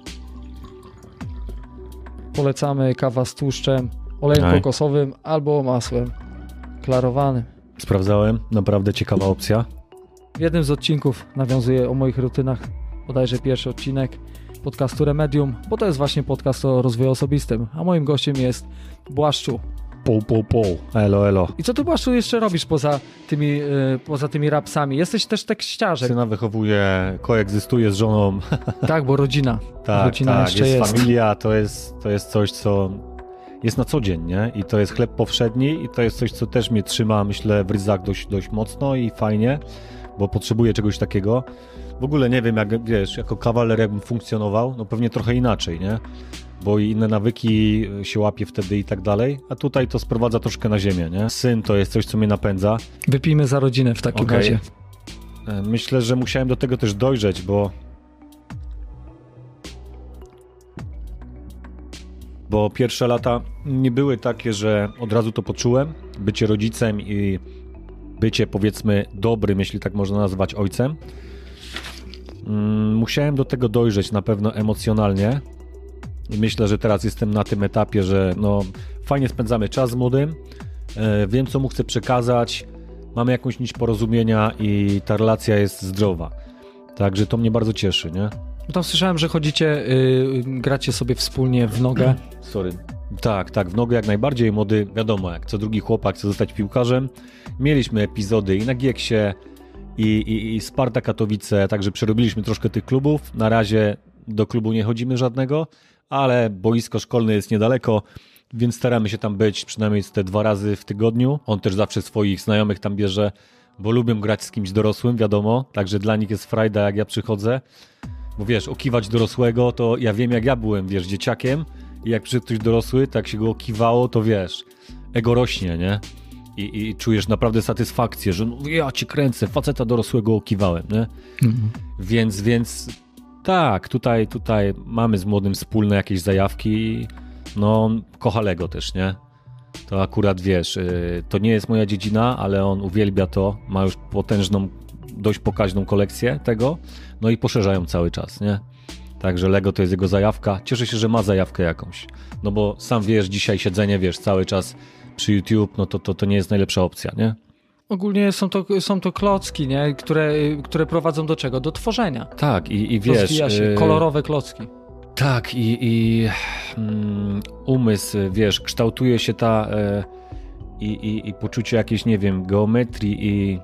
Polecamy kawa z tłuszczem, olejem Aj. kokosowym albo masłem klarowanym. Sprawdzałem, naprawdę ciekawa opcja. W jednym z odcinków nawiązuję o moich rutynach, bodajże pierwszy odcinek podcastu Remedium, bo to jest właśnie podcast o rozwoju osobistym, a moim gościem jest Błaszczu. Poł, poł, poł. Elo, elo. I co ty, Błaszczu, jeszcze robisz poza tymi, yy, poza tymi rapsami? Jesteś też tekściarzem. Syna wychowuję, koegzystuję z żoną. Tak, bo rodzina. Tak, rodzina tak, jeszcze jest, jest. familia, to jest, to jest coś, co jest na co dzień, nie? I to jest chleb powszedni i to jest coś, co też mnie trzyma, myślę, w ryzach dość, dość mocno i fajnie, bo potrzebuję czegoś takiego. W ogóle nie wiem, jak wiesz, jako kawaler jakbym funkcjonował, no pewnie trochę inaczej, nie? Bo i inne nawyki się łapie wtedy i tak dalej, a tutaj to sprowadza troszkę na ziemię, nie? Syn to jest coś, co mnie napędza. Wypijmy za rodzinę w takim Okej. razie. Myślę, że musiałem do tego też dojrzeć, bo bo pierwsze lata nie były takie, że od razu to poczułem. Bycie rodzicem i bycie, powiedzmy, dobrym, jeśli tak można nazwać, ojcem. Musiałem do tego dojrzeć na pewno emocjonalnie i myślę, że teraz jestem na tym etapie, że no fajnie spędzamy czas z młodym, wiem, co mu chcę przekazać, mamy jakąś nić porozumienia i ta relacja jest zdrowa. Także to mnie bardzo cieszy, nie? Tam słyszałem, że chodzicie, yy, gracie sobie wspólnie w nogę. Sorry. Tak, tak, w nogę jak najbardziej. Młody, wiadomo, jak co drugi chłopak chce zostać piłkarzem. Mieliśmy epizody i na Gieksie, i, i, i Sparta Katowice, także przerobiliśmy troszkę tych klubów. Na razie do klubu nie chodzimy żadnego, ale boisko szkolne jest niedaleko, więc staramy się tam być przynajmniej te dwa razy w tygodniu. On też zawsze swoich znajomych tam bierze, bo lubią grać z kimś dorosłym, wiadomo, także dla nich jest frajda, jak ja przychodzę. Bo wiesz, okiwać dorosłego, to ja wiem, jak ja byłem, wiesz, dzieciakiem i jak przyszedł ktoś dorosły, tak się go okiwało, to wiesz, ego rośnie, nie? I, i czujesz naprawdę satysfakcję, że no, ja cię kręcę, faceta dorosłego okiwałem, nie? Mhm. Więc, więc tak, tutaj, tutaj mamy z młodym wspólne jakieś zajawki, no on kocha Lego też, nie? To akurat, wiesz, yy, to nie jest moja dziedzina, ale on uwielbia to, ma już potężną, dość pokaźną kolekcję tego, no i poszerzają cały czas, nie? Także Lego to jest jego zajawka. Cieszę się, że ma zajawkę jakąś, no bo sam wiesz, dzisiaj siedzenie, wiesz, cały czas przy YouTube, no to, to, to nie jest najlepsza opcja, nie? Ogólnie są to, są to klocki, nie? Które, które prowadzą do czego? Do tworzenia. Tak, i, i wiesz... Rozwija się, yy... kolorowe klocki. Tak, i, i um, umysł, wiesz, kształtuje się ta e, i, i, i poczucie jakiejś, nie wiem, geometrii i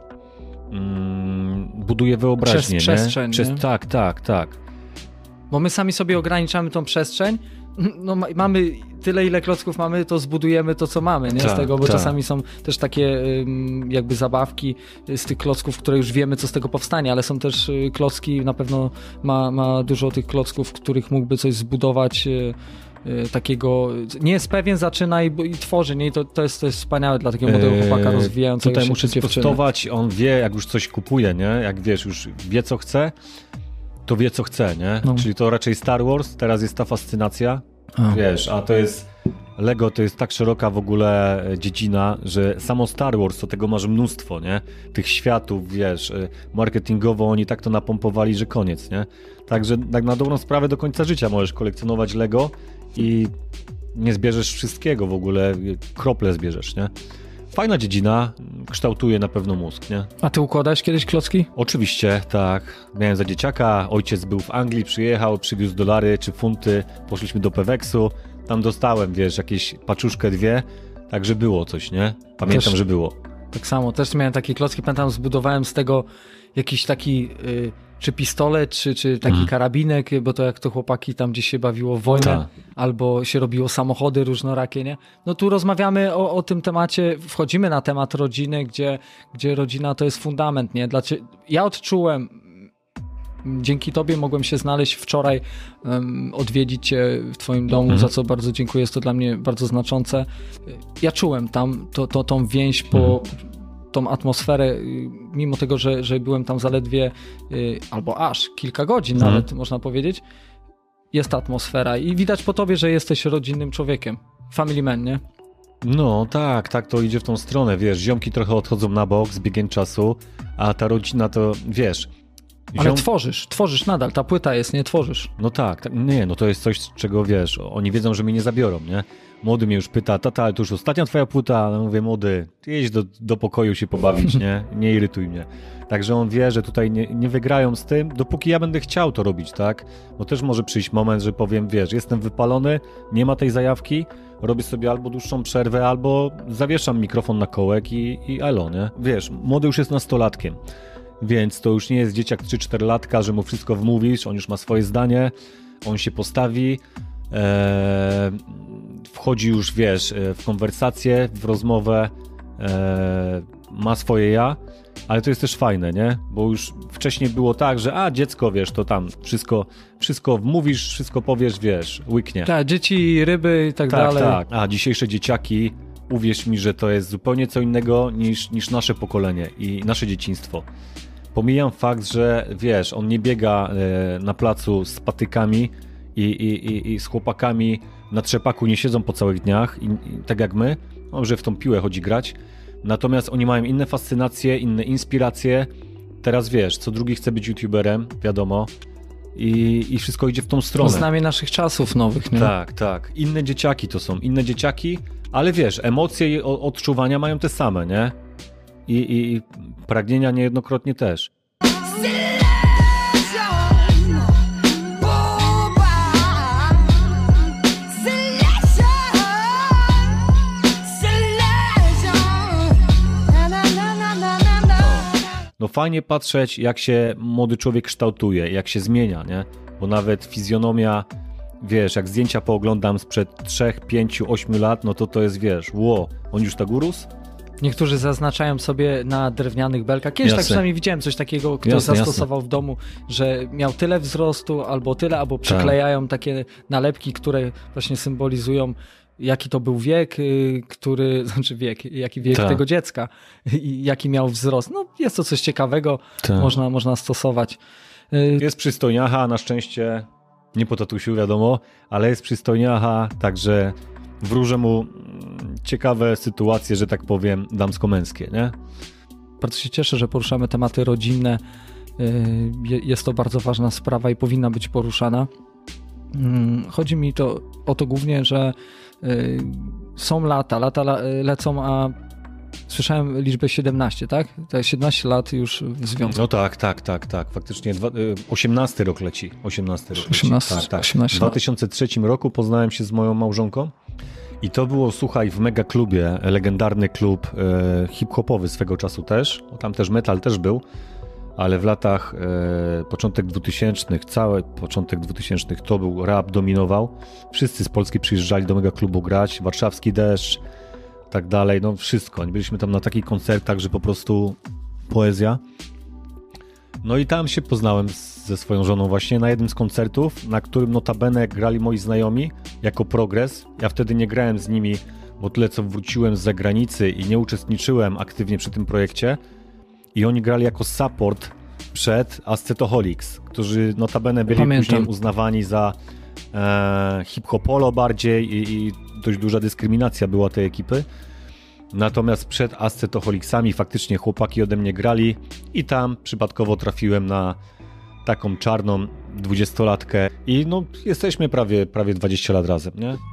um, buduje wyobraźnię, Przez nie? przestrzeń, Przez, nie? Tak, tak, tak. Bo my sami sobie ograniczamy tą przestrzeń, no ma, mamy tyle, ile klocków mamy, to zbudujemy to, co mamy, nie? Z Tak, tego, bo tak. czasami są też takie ym, jakby zabawki z tych klocków, które już wiemy, co z tego powstanie, ale są też y, klocki, na pewno ma, ma dużo tych klocków, w których mógłby coś zbudować y, y, takiego, nie jest pewien, zaczyna i, i tworzy, nie? I to, to, jest, to jest wspaniałe dla takiego młodego chłopaka rozwijającego Tutaj się muszę dziewczyny. sprostować, on wie, jak już coś kupuje, nie? Jak wiesz, już wie, co chce, to wie, co chce, nie? No. Czyli to raczej Star Wars, teraz jest ta fascynacja, A. wiesz, a to jest... Lego to jest tak szeroka w ogóle dziedzina, że samo Star Wars, to tego masz mnóstwo, nie? Tych światów, wiesz, marketingowo oni tak to napompowali, że koniec, nie? Także tak na dobrą sprawę do końca życia możesz kolekcjonować Lego i nie zbierzesz wszystkiego w ogóle, krople zbierzesz, nie? Fajna dziedzina, kształtuje na pewno mózg, nie? A ty układałeś kiedyś klocki? Oczywiście, tak. Miałem za dzieciaka, ojciec był w Anglii, przyjechał, przywiózł dolary czy funty, poszliśmy do Peweksu, tam dostałem, wiesz, jakieś paczuszkę, dwie, także było coś, nie? Pamiętam, Też- że było. Tak samo, też miałem takie klocki, pamiętam, zbudowałem z tego jakiś taki y, czy pistolet, czy, czy taki Mhm. karabinek, bo to jak to chłopaki tam gdzieś się bawiło w wojnę, Tak. albo się robiło samochody różnorakie, nie? No tu rozmawiamy o, o tym temacie, wchodzimy na temat rodziny, gdzie, gdzie rodzina to jest fundament, nie? Dlaczego ja odczułem, dzięki tobie mogłem się znaleźć wczoraj, um, odwiedzić cię w twoim domu, Mhm. za co bardzo dziękuję, jest to dla mnie bardzo znaczące. Ja czułem tam to, to, tą więź po tą atmosferę, y, mimo tego, że, że byłem tam zaledwie y, albo aż kilka godzin Mhm. nawet, można powiedzieć, jest ta atmosfera i widać po tobie, że jesteś rodzinnym człowiekiem. Family man, nie? No tak, tak to idzie w tą stronę, wiesz, ziomki trochę odchodzą na bok z biegiem czasu, a ta rodzina to, wiesz... Ale ziom... tworzysz, tworzysz nadal, ta płyta jest, nie tworzysz. No tak, tak, nie, no to jest coś, czego wiesz, oni wiedzą, że mnie nie zabiorą, nie? Młody mnie już pyta, tata, ale to już ostatnia twoja płyta, no mówię, młody, jedź do, do pokoju się pobawić, nie? Nie irytuj mnie. Także on wie, że tutaj nie, nie wygrają z tym, dopóki ja będę chciał to robić, tak? Bo też może przyjść moment, że powiem, wiesz, jestem wypalony, nie ma tej zajawki, robię sobie albo dłuższą przerwę, albo zawieszam mikrofon na kołek i, i elo, nie? Wiesz, młody już jest nastolatkiem, więc to już nie jest dzieciak trzy cztery latka, że mu wszystko wmówisz, on już ma swoje zdanie, on się postawi, e, wchodzi już, wiesz, w konwersację, w rozmowę, e, ma swoje ja, ale to jest też fajne, nie? Bo już wcześniej było tak, że a, dziecko, wiesz, to tam wszystko, wszystko wmówisz, wszystko powiesz, wiesz, łyknie. Tak, dzieci, ryby i tak, tak dalej. Tak, a dzisiejsze dzieciaki, uwierz mi, że to jest zupełnie co innego niż, niż nasze pokolenie i nasze dzieciństwo. Pomijam fakt, że wiesz, on nie biega e, na placu z patykami i, i, i, i z chłopakami na trzepaku nie siedzą po całych dniach, i, i, tak jak my, no, że w tą piłę chodzi grać. Natomiast oni mają inne fascynacje, inne inspiracje. Teraz wiesz, co drugi chce być youtuberem, wiadomo. I, i wszystko idzie w tą stronę. To znamie naszych czasów nowych, nie? Tak, tak. Inne dzieciaki to są, inne dzieciaki, ale wiesz, emocje i odczuwania mają te same, nie? I, i, i pragnienia niejednokrotnie też. No fajnie patrzeć, jak się młody człowiek kształtuje, jak się zmienia, nie? Bo nawet fizjonomia, wiesz, jak zdjęcia pooglądam sprzed trzech, pięciu, ośmiu lat, no to to jest, wiesz, ło, on już tak urósł? Niektórzy zaznaczają sobie na drewnianych belkach. Kiedyś Jasne. tak przynajmniej widziałem coś takiego, kto Jasne, zastosował jasne. w domu, że miał tyle wzrostu albo tyle, albo przyklejają takie nalepki, które właśnie symbolizują jaki to był wiek, y, który, znaczy wiek, jaki wiek Tak. tego dziecka i jaki miał wzrost. No jest to coś ciekawego, Tak. można, można stosować. Y, Jest przystojniacha, na szczęście, nie po tatusiu wiadomo, ale jest przystojniacha, także wróżę mu mm, ciekawe sytuacje, że tak powiem, damsko-męskie, nie? Bardzo się cieszę, że poruszamy tematy rodzinne. Y, je- Jest to bardzo ważna sprawa i powinna być poruszana. Mm, Chodzi mi to o to głównie, że y, są lata, lata la- lecą, a słyszałem liczbę siedemnaście, tak? To jest siedemnaście lat już w związku. No tak, tak, tak, tak. Faktycznie dwa, y, osiemnasty rok leci. osiemnasty rok leci. osiemnasty, tak, tak. osiemnaście W dwa tysiące trzecim roku poznałem się z moją małżonką i to było, słuchaj, w mega klubie, legendarny klub e, hip-hopowy swego czasu też. Tam też metal też był, ale w latach e, początek dwutysięcznych, cały początek dwutysięcznych to był rap, dominował. Wszyscy z Polski przyjeżdżali do mega klubu grać, warszawski deszcz, tak dalej, no wszystko. Byliśmy tam na takich koncertach, że po prostu poezja. No i tam się poznałem z, ze swoją żoną właśnie na jednym z koncertów, na którym notabene grali moi znajomi jako progres. Ja wtedy nie grałem z nimi, bo tyle co wróciłem z zagranicy i nie uczestniczyłem aktywnie przy tym projekcie. I oni grali jako support przed Ascetoholics, którzy notabene byli Pamiętam. później uznawani za e, hip-hopolo bardziej i, i dość duża dyskryminacja była tej ekipy. Natomiast przed Ascetoholicsami faktycznie chłopaki ode mnie grali i tam przypadkowo trafiłem na taką czarną dwudziestolatkę i no jesteśmy prawie, prawie dwadzieścia lat razem, nie?